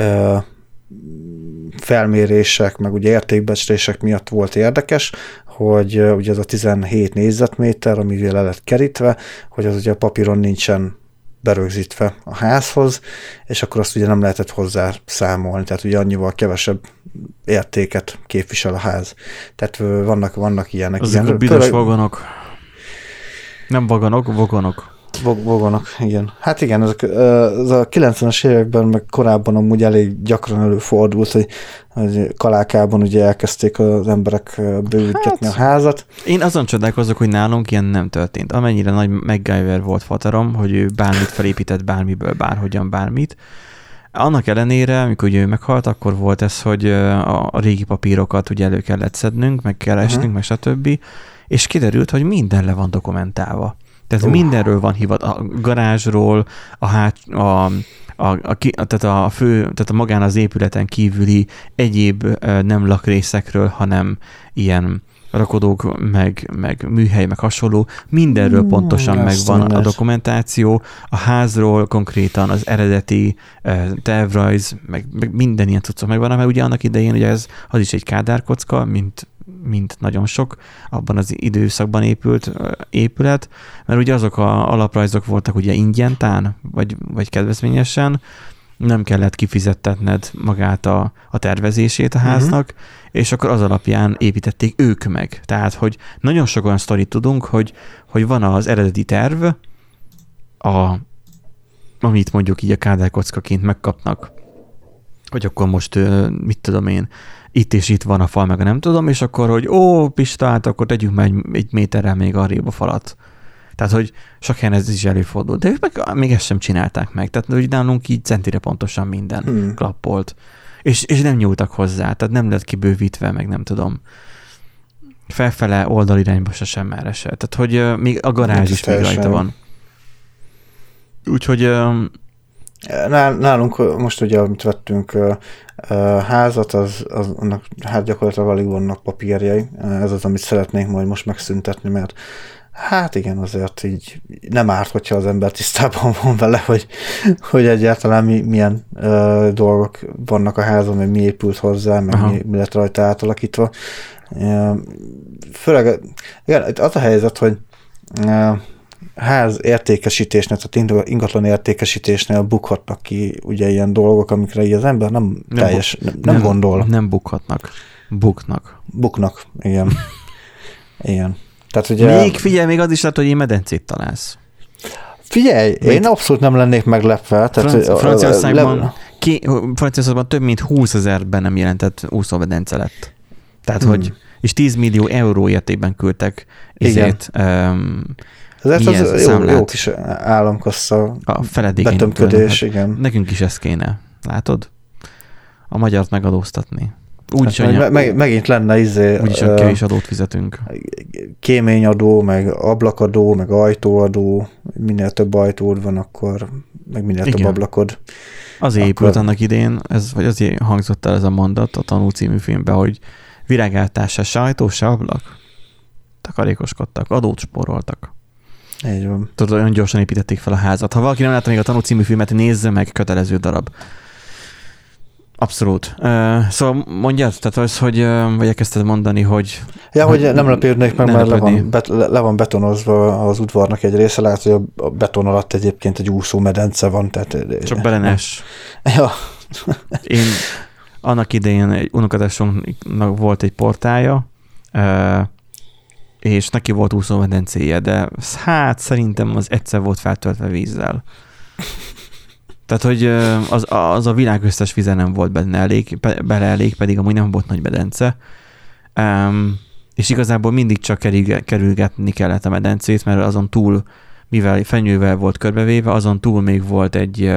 felmérések, meg ugye értékbecslések miatt volt érdekes, hogy ugye ez a 17 négyzetméter, amivel le lett kerítve, hogy az ugye a papíron nincsen berögzítve a házhoz, és akkor azt ugye nem lehetett hozzá számolni, tehát ugye annyival kevesebb értéket képvisel a ház. Tehát vannak ilyenek. Ezek a büdös vagonok. Nem vagonok, vagonok. Vagonok, igen. Hát igen, ez a 90-es években, meg korábban amúgy elég gyakran előfordult, hogy Kalákában ugye elkezdték az emberek bővítgetni a házat. Én azon csodálkozok, hogy nálunk ilyen nem történt. Amennyire nagy MacGyver volt faterom, hogy ő bármit felépített, bármiből, bárhogyan, bármit. Annak ellenére, amikor ő meghalt, akkor volt ez, hogy a régi papírokat ugye elő kellett szednünk, meg keresnünk, meg stb. És kiderült, hogy minden le van dokumentálva. Tehát mindenről van a garázsról, tehát a magán az épületen kívüli egyéb nem lakrészekről, hanem ilyen rakodók, meg műhely, meg hasonló. Mindenről pontosan megvan a dokumentáció. A házról konkrétan az eredeti tervrajz, meg minden ilyen cuccok megvan, mert ugye annak idején ugye az is egy kádárkocka, mint nagyon sok abban az időszakban épült épület, mert ugye azok a alaprajzok voltak ugye ingyen vagy kedvezményesen, nem kellett kifizettetned magát a tervezését a háznak, és akkor az alapján építették ők meg. Tehát, hogy nagyon sok olyan sztorit tudunk, hogy van az eredeti terv, amit mondjuk így a kádárkockaként megkapnak, hogy akkor most, mit tudom én, itt és itt van a fal, meg nem tudom, és akkor, hogy Pista, hát akkor tegyünk meg egy méterrel még arrébb a falat. Tehát, hogy sok helyen ez is előfordul. De ők meg még ezt sem csinálták meg. Tehát, hogy nálunk így centire pontosan minden klappolt. És nem nyúltak hozzá. Tehát nem lett kibővítve, meg nem tudom. Felfele oldalirányba sem erre se. Tehát, hogy még a garázs is még rajta van. Úgyhogy... Nálunk most ugye, amit vettünk házat, annak hát gyakorlatilag alig vannak papírjai. Ez az, amit szeretnénk majd most megszüntetni, mert hát igen, azért így nem árt, hogyha az ember tisztában van vele, hogy egyáltalán milyen dolgok vannak a házon, meg mi épült hozzá, meg mi lett rajta átalakítva. Főleg igen, az a helyzet, hogy ház értékesítésnél, tehát ingatlan értékesítésnél bukhatnak ki ugye ilyen dolgok, amikre így az ember nem gondol. Nem bukhatnak. Buknak, igen. Igen. Tehát ugye... Még az is lehet, hogy én medencét találsz. Figyelj, én abszolút nem lennék meglepve. Franciaországban több mint 20 000-ben nem jelentett úszómedence lett. Tehát, hogy és 10 millió euró értékben küldtek ezért az jó kis államkassa betömködés, igen. Nekünk is ez kéne, látod? A magyart megadóztatni. Úgyis megint lenne úgyis kevés adót fizetünk. Kéményadó, meg ablakadó, meg ajtóadó, minél több ajtód van, akkor meg minél több ablakod. Azért épült annak idén, vagy azért hangzott el ez a mondat a Tanú című filmben, hogy virágáltás se ajtó, se ablak. Takarékoskodtak, adót spóroltak. Így van. Tudod, olyan gyorsan építették fel a házat. Ha valaki nem látta még a Tanú című filmet, nézze meg, kötelező darab. Abszolút. Szóval mondjad, tehát az, hogy vagy elkezdted mondani, hogy... Ja, hogy nem lepődnék meg, mert le van betonozva az udvarnak egy része, lehet, hogy a beton alatt egyébként egy úszómedence van. Tehát, csak belenes. Ja. Én annak idején egy unokatestvéремnek volt egy portája, és neki volt úszómedencéje, de hát szerintem az egyszer volt feltöltve vízzel. Tehát, hogy az a világ összes vize nem volt bele elég, pedig amúgy nem volt nagy medence. És igazából mindig csak kerülgetni kellett a medencét, mert azon túl, mivel fenyővel volt körbevéve, azon túl még volt egy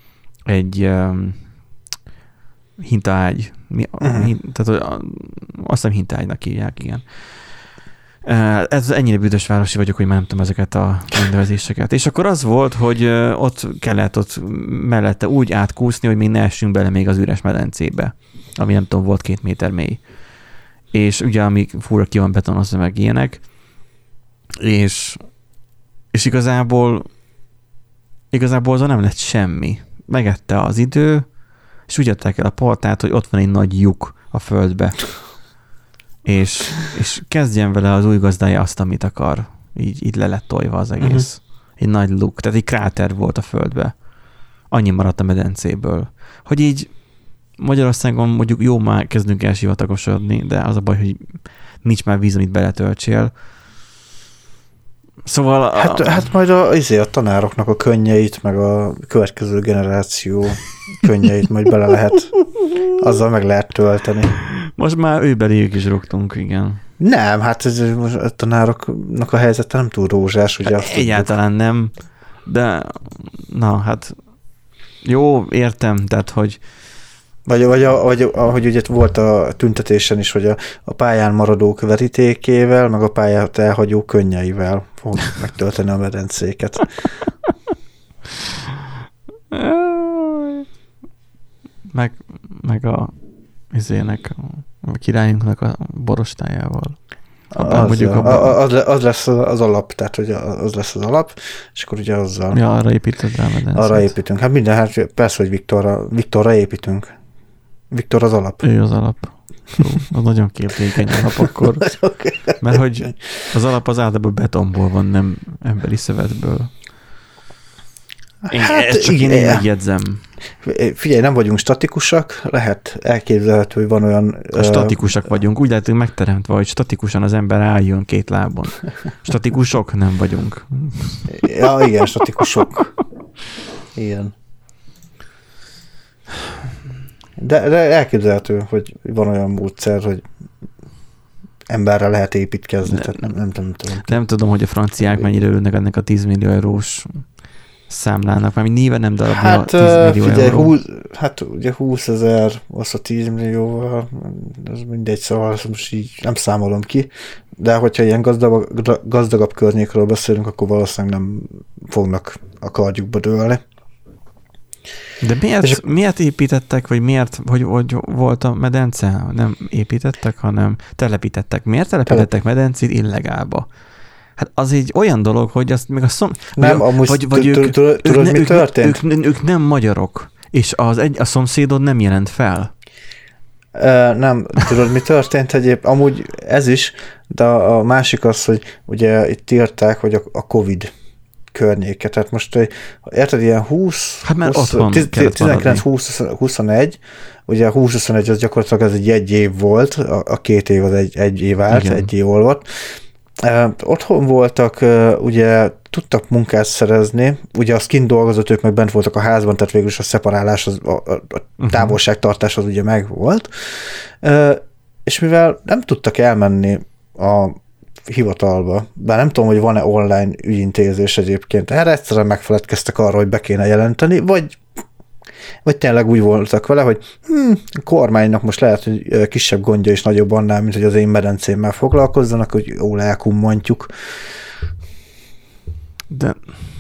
hintaágy. Tehát azt hiszem hintaágynak hívják, igen. Ez ennyire büdös városi vagyok, hogy már nem tudom ezeket a rendelkezéseket. És akkor az volt, hogy ott kellett mellette úgy átkúszni, hogy még ne essünk bele még az üres medencébe, ami nem tudom, volt 2 méter mély. És ugye, ami fúra ki van betonozva meg ilyenek, és igazából azon nem lett semmi. Megette az idő, és úgy adták el a portát, hogy ott van egy nagy lyuk a földbe. És kezdjen vele az új gazdája azt, amit akar. Így le lett tolva az egész. egy nagy luk, tehát egy kráter volt a földbe. Annyi maradt a medencéből. Hogy így Magyarországon mondjuk jó, már kezdünk el sivatagosodni, de az a baj, hogy nincs már víz, amit beletöltsél. Szóval... Hát majd a tanároknak a könnyeit, meg a következő generáció könnyeit majd bele lehet, azzal meg lehet tölteni. Most már őbeléjük is rúgtunk, igen. Nem, hát a tanároknak a helyzete nem túl rózsás, ugye? Egyáltalán nem, de na, hát jó, értem, tehát, hogy Vagy ahogy ugye volt a tüntetésen is, hogy a pályán maradók verítékével, meg a pályát elhagyó könnyeivel fog megtölteni a medencéket. meg a királyunknak a borostájával. Az lesz az alap, tehát hogy az lesz az alap, és akkor ugye azzal... Ja, arra építed rá a medencét. Arra építünk. Hát minden, hát persze, hogy Viktorra építünk. Viktor az alap. Ő az alap. Az nagyon képlékeny alap akkor. Mert hogy az alap az általában betonból van, nem emberi szövetből. Ezt csak én megjegyzem. Figyelj, nem vagyunk statikusak, lehet elképzelhető, hogy van olyan... Statikusak vagyunk, úgy lehetünk megteremtve, hogy statikusan az ember álljon két lábon. Statikusok nem vagyunk. Ja, igen, statikusok. Igen. De elképzelhető, hogy van olyan módszer, hogy emberre lehet építkezni, tehát nem tudom. Nem tudom, hogy a franciák mennyire örülnek ennek a 10 millió eurós számlának, mert nyilván nem darabja hát, 10 millió figyelj, euró. Hát ugye 20 000 az a 10 millióval, ez mindegy, szóval most így nem számolom ki, de hogyha ilyen gazdagabb környékről beszélünk, akkor valószínűleg nem fognak a kardjukba dőlni. De miért építettek, vagy miért, hogy volt a medence? Nem építettek, hanem telepítettek. Miért telepítettek medencét illegálba? Hát az egy olyan dolog, hogy azt még nem, amúgy tudod, mi történt? Ők nem magyarok, és a szomszédod nem jelent fel. Nem, tudod, mi történt egyébként? Amúgy ez is, de a másik az, hogy ugye itt írták, hogy a Covid környéke. Tehát most érted, ilyen 19-20-21, ugye a 20-21 az gyakorlatilag ez egy év volt, a 2 év az egy év állt, igen. Egy év volt. Otthon voltak, ugye tudtak munkát szerezni, ugye a skin dolgozók meg bent voltak a házban, tehát végül is a szeparálás, a távolságtartás az ugye megvolt, és mivel nem tudtak elmenni a hivatalba, bár nem tudom, hogy van-e online ügyintézés egyébként, erre egyszerűen megfeledkeztek arra, hogy be kéne jelenteni, vagy tényleg úgy voltak vele, hogy a kormánynak most lehet, hogy kisebb gondja is nagyobb annál, mint hogy az én medencémmel foglalkozzanak, hogy jól elkummantjuk. De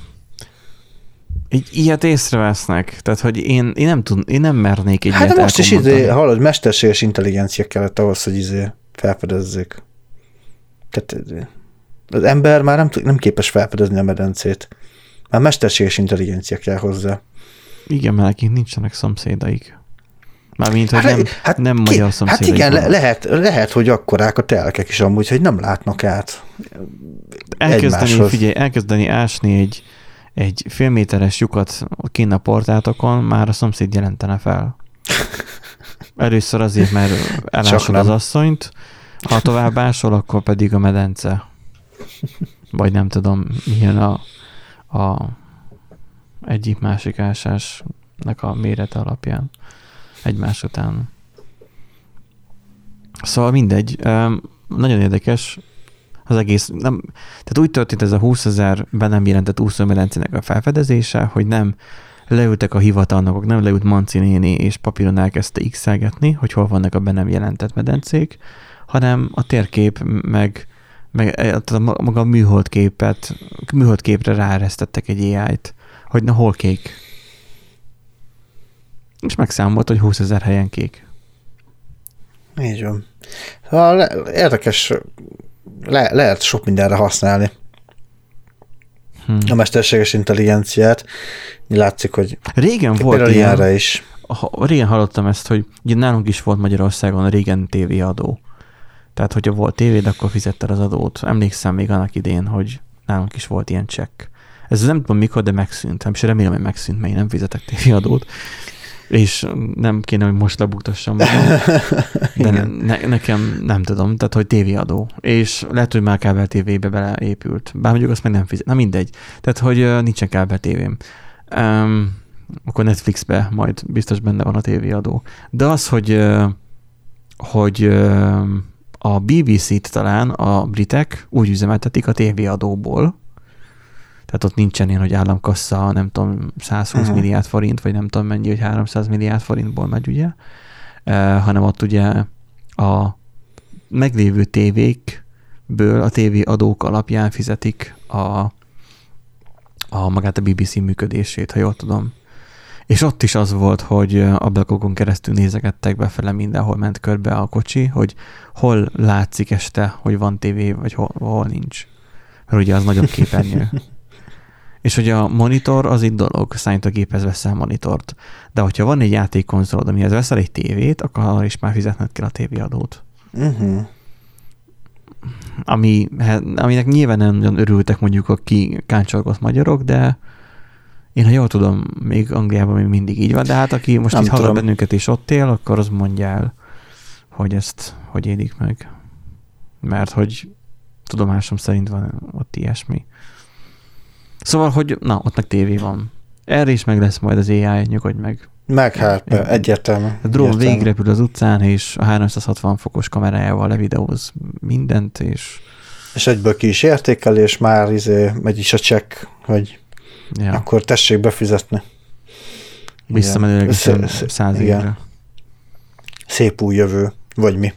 ilyet észrevesznek, tehát hogy én nem mernék egy ilyet hát most is hallod, mesterséges intelligencia kellett ahhoz, hogy felfedezzék. Tehát az ember már nem képes felfedezni a medencét. Már mesterséges intelligencia kell hozzá. Igen, mert nekik nincsenek szomszédaik. Mármint, hogy nem magyar szomszédaik. Hát igen, lehet, hogy akkorák a telkek is amúgy, hogy nem látnak át elkezdeni ásni egy félméteres lyukat kinn a portátokon, már a szomszéd jelentene fel. Először azért, mert elásod az asszonyt, ha tovább ásol, akkor pedig a medence. Vagy nem tudom, milyen a egyik másik ásásnak a mérete alapján egymás után. Szóval mindegy. Nagyon érdekes az egész. Tehát úgy történt ez a 20 000 be nem jelentett úszómedencének a felfedezése, hogy nem leültek a hivatalnokok, nem leült Manci néni és papíron elkezdte x-elgetni, hogy hol vannak a be nem jelentett medencék, hanem a térkép meg maga a műholdképre ráeresztettek egy AI-t, hogy na hol kék. És megszámolt, hogy 20 000 helyen kék. Így van. Érdekes, lehet sok mindenre használni a mesterséges intelligenciát. Látszik, hogy régen volt ilyenre is. Régen hallottam ezt, hogy ugye nálunk is volt Magyarországon régen tévéadó. Tehát, hogyha volt tévéd, akkor fizetted az adót. Emlékszem még annak idén, hogy nálunk is volt ilyen csekk. Ez nem tudom mikor, de megszűnt. És remélem, hogy megszűnt, mert én nem fizetek tévéadót. És nem kéne, hogy most lebuktassam magam. De nekem nem tudom, tehát hogy tévéadó. És lehet, hogy már kábel tévébe beleépült. Bár mondjuk azt meg nem fizet. Na mindegy. Tehát, hogy nincsen kábel tévém. Akkor Netflixbe majd biztos benne van a tévéadó. De az, hogy a BBC-t talán a britek úgy üzemeltetik a tévéadóból, tehát ott nincsen ilyen, hogy államkassa, nem tudom, 120 milliárd forint, vagy nem tudom mennyi, hogy 300 milliárd forintból megy, ugye, hanem ott ugye a meglévő tévékből a tévéadók alapján fizetik magát a BBC működését, ha jól tudom. És ott is az volt, hogy ablakokon keresztül nézegettek befele, mindenhol ment körbe a kocsi, hogy hol látszik este, hogy van tévé, vagy hol nincs. Mert ugye az nagyobb képernyő. És hogy a monitor az egy dolog, számítógéphez veszel monitort. De hogyha van egy játékkonzolod, amihez veszel egy tévét, akkor arra is már fizetned kell a tévéadót. Aminek nyilván nem nagyon örültek mondjuk a kikáncsolgott magyarok, de én, ha jól tudom, még Angliában még mindig így van, de hát aki most nem itt hallgat bennünket és ott él, akkor az mondja el, hogy ezt hogy élik meg. Mert hogy tudomásom szerint van ott ilyesmi. Szóval, hogy ott meg tévé van. Erre is meg lesz majd az AI, nyugodj meg. Meg hát, egyértelmű. A drón végigrepül az utcán, és a 360 fokos kamerájával levideóz mindent, és egyből ki is értékel, és már megy is a csekk, hogy akkor tessék befizetni. Visszamenőleg 100 évre. Szép új jövő, vagy mi.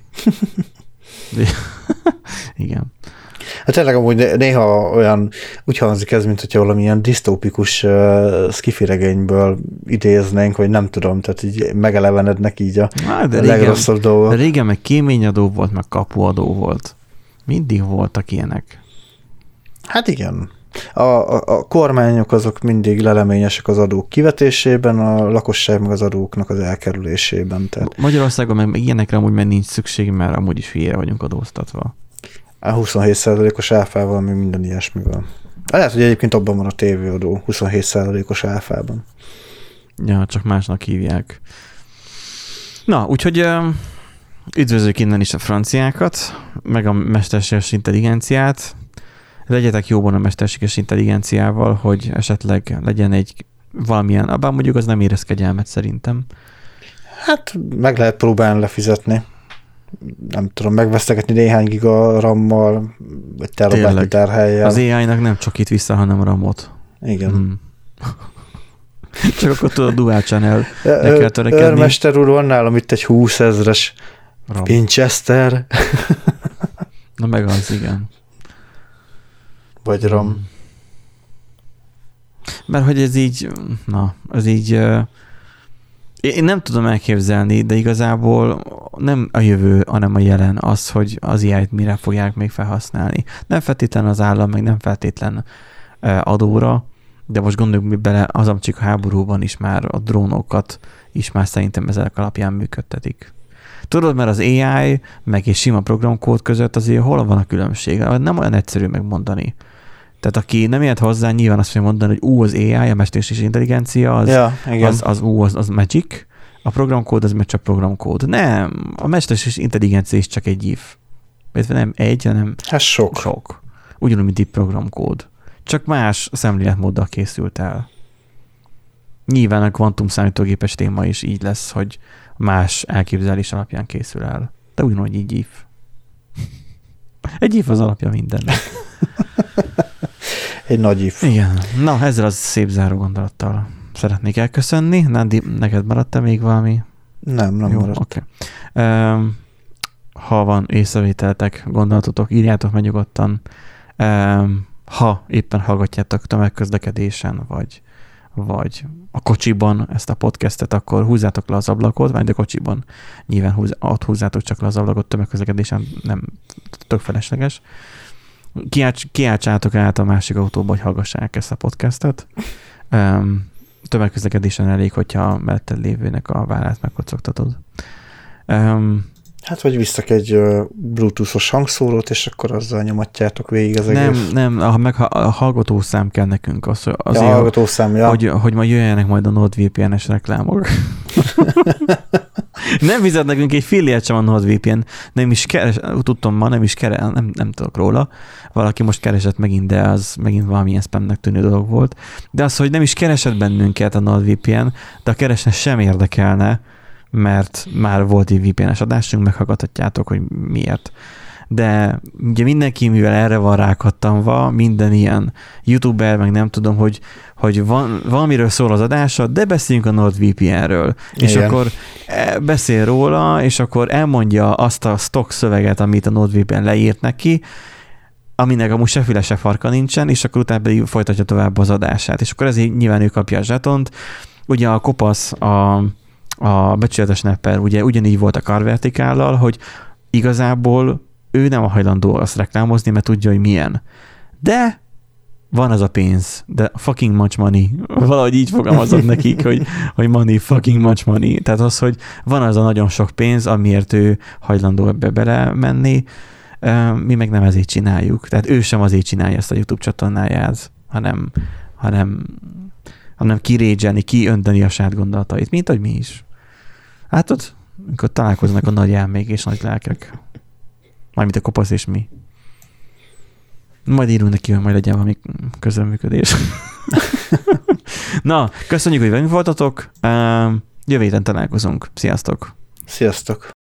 Igen. Hát tényleg amúgy néha olyan, úgy hangzik ez, mint hogyha valamilyen disztópikus sci-fi regényből idéznénk, vagy nem tudom, tehát így megelevenednek így a legrosszabb dolgok. De régen meg kéményadó volt, meg kapuadó volt. Mindig voltak ilyenek. Hát igen. A kormányok azok mindig leleményesek az adók kivetésében, a lakosság meg az adóknak az elkerülésében. Tehát Magyarországon meg ilyenekre amúgy meg nincs szükség, mert amúgy is hülyére vagyunk adóztatva. A 27%-os áfával, még minden ilyesmivel. Lehet, hogy egyébként abban van a tévéadó, 27%-os áfában. Ja, csak másnak hívják. Na, úgyhogy üdvözlök innen is a franciákat, meg a mesterséges intelligenciát. Legyetek jóban a mesterséges intelligenciával, hogy esetleg legyen egy valamilyen, abban mondjuk az nem érez kegyelmet szerintem. Hát meg lehet próbálni lefizetni. Nem tudom, megvesztegetni néhány giga RAM-mal, vagy terabájtnyi tárhellyel. Az AI-nak nem csak itt vissza, hanem a RAM-ot. Igen. Csak akkor tudod, dual channel kell törekedni. Őrmester úr, van nálam itt egy 20 000-es Winchester. Na meg az, igen. Vagy RAM. Mert hogy ez így, én nem tudom elképzelni, de igazából nem a jövő, hanem a jelen az, hogy az AI-t mire fogják még felhasználni. Nem feltétlen az állam, meg nem feltétlen adóra, de most gondoljuk bele, az amcsik a háborúban is már a drónokat is már szerintem ezek alapján működtetik. Tudod, mert az AI meg egy sima programkód között azért hol van a különbség? Nem olyan egyszerű megmondani. Tehát aki nem ért hozzá, nyilván azt fogja mondani, hogy az AI, a mesterséges intelligencia, az magic, a programkód az meg csak programkód. Nem, a mesterséges intelligencia is csak egy if. Nem egy, hanem sok. Ugyanúgy, mint egy programkód. Csak más szemléletmóddal készült el. Nyilván a kvantum számítógépes téma is így lesz, hogy más elképzelés alapján készül el. De ugyanúgy így if. Egy if az alapja mindennek. Egy nagy if. Igen. Na, ezzel az szép záró gondolattal szeretnék elköszönni. Nándi, neked maradt-e még valami? Nem maradt. Okay. Ha van észrevételtek, gondolatotok, írjátok meg nyugodtan. Ha éppen hallgatjátok tömegközlekedésen, vagy a kocsiban ezt a podcastet, akkor húzzátok le az ablakot, vagy a kocsiban nyilván ott húzzátok csak le az ablakot, tömegközlekedésen nem tök felesleges. Kiáltsátok át a másik autóba, hogy hallgassák ezt a podcastet. Tömegközlekedésen elég, hogyha melletted lévőnek a vállát megkocogtatod. Hát, vagy visszak egy Bluetooth-os hangszórót, és akkor azzal nyomatjátok végig az egész. Nem, a hallgatószám kell nekünk. Azért, a hallgatószám, ja. Hogy majd jöjjenek majd a NordVPN-es reklámok. Nem fizet nekünk egy fillért sem a NordVPN. Nem is tudtam ma, nem tudok róla. Valaki most keresett megint, de az megint valamilyen spamnek tűnő dolog volt. De az, hogy nem is keresett bennünket a NordVPN, de a keresne sem érdekelne, mert már volt egy VPN-es adásunk, meghallgathatjátok, hogy miért. De ugye mindenki, mivel erre van rákattanva, minden ilyen youtuber, meg nem tudom, hogy valamiről szól az adása, de beszéljünk a NordVPN-ről. Igen. És akkor beszél róla, és akkor elmondja azt a stock szöveget, amit a NordVPN leírt neki, aminek amúgy se füle, se farka nincsen, és akkor utána pedig folytatja tovább az adását. És akkor ezért nyilván ő kapja a zsetont. Ugye a kopasz, a becsületes nepper, ugye ugyanígy volt a karvertikállal, hogy igazából ő nem a hajlandó azt reklámozni, mert tudja, hogy milyen. De van az a pénz, de fucking much money. Valahogy így fogalmazok nekik, hogy money, fucking much money. Tehát az, hogy van az a nagyon sok pénz, amiért ő hajlandó ebbe belemenni, mi meg nem ezért csináljuk. Tehát ő sem azért csinálja ezt a YouTube csatornáját, hanem kirédzselni, kiönteni a saját gondolatait, mint hogy mi is. Látod, amikor találkoznak a nagy elmék és nagy lelkek. Mármint a kopasz és mi. Majd írunk neki, hogy majd legyen valami közreműködés. Na, köszönjük, hogy velünk voltatok. Jövő héten találkozunk. Sziasztok! Sziasztok!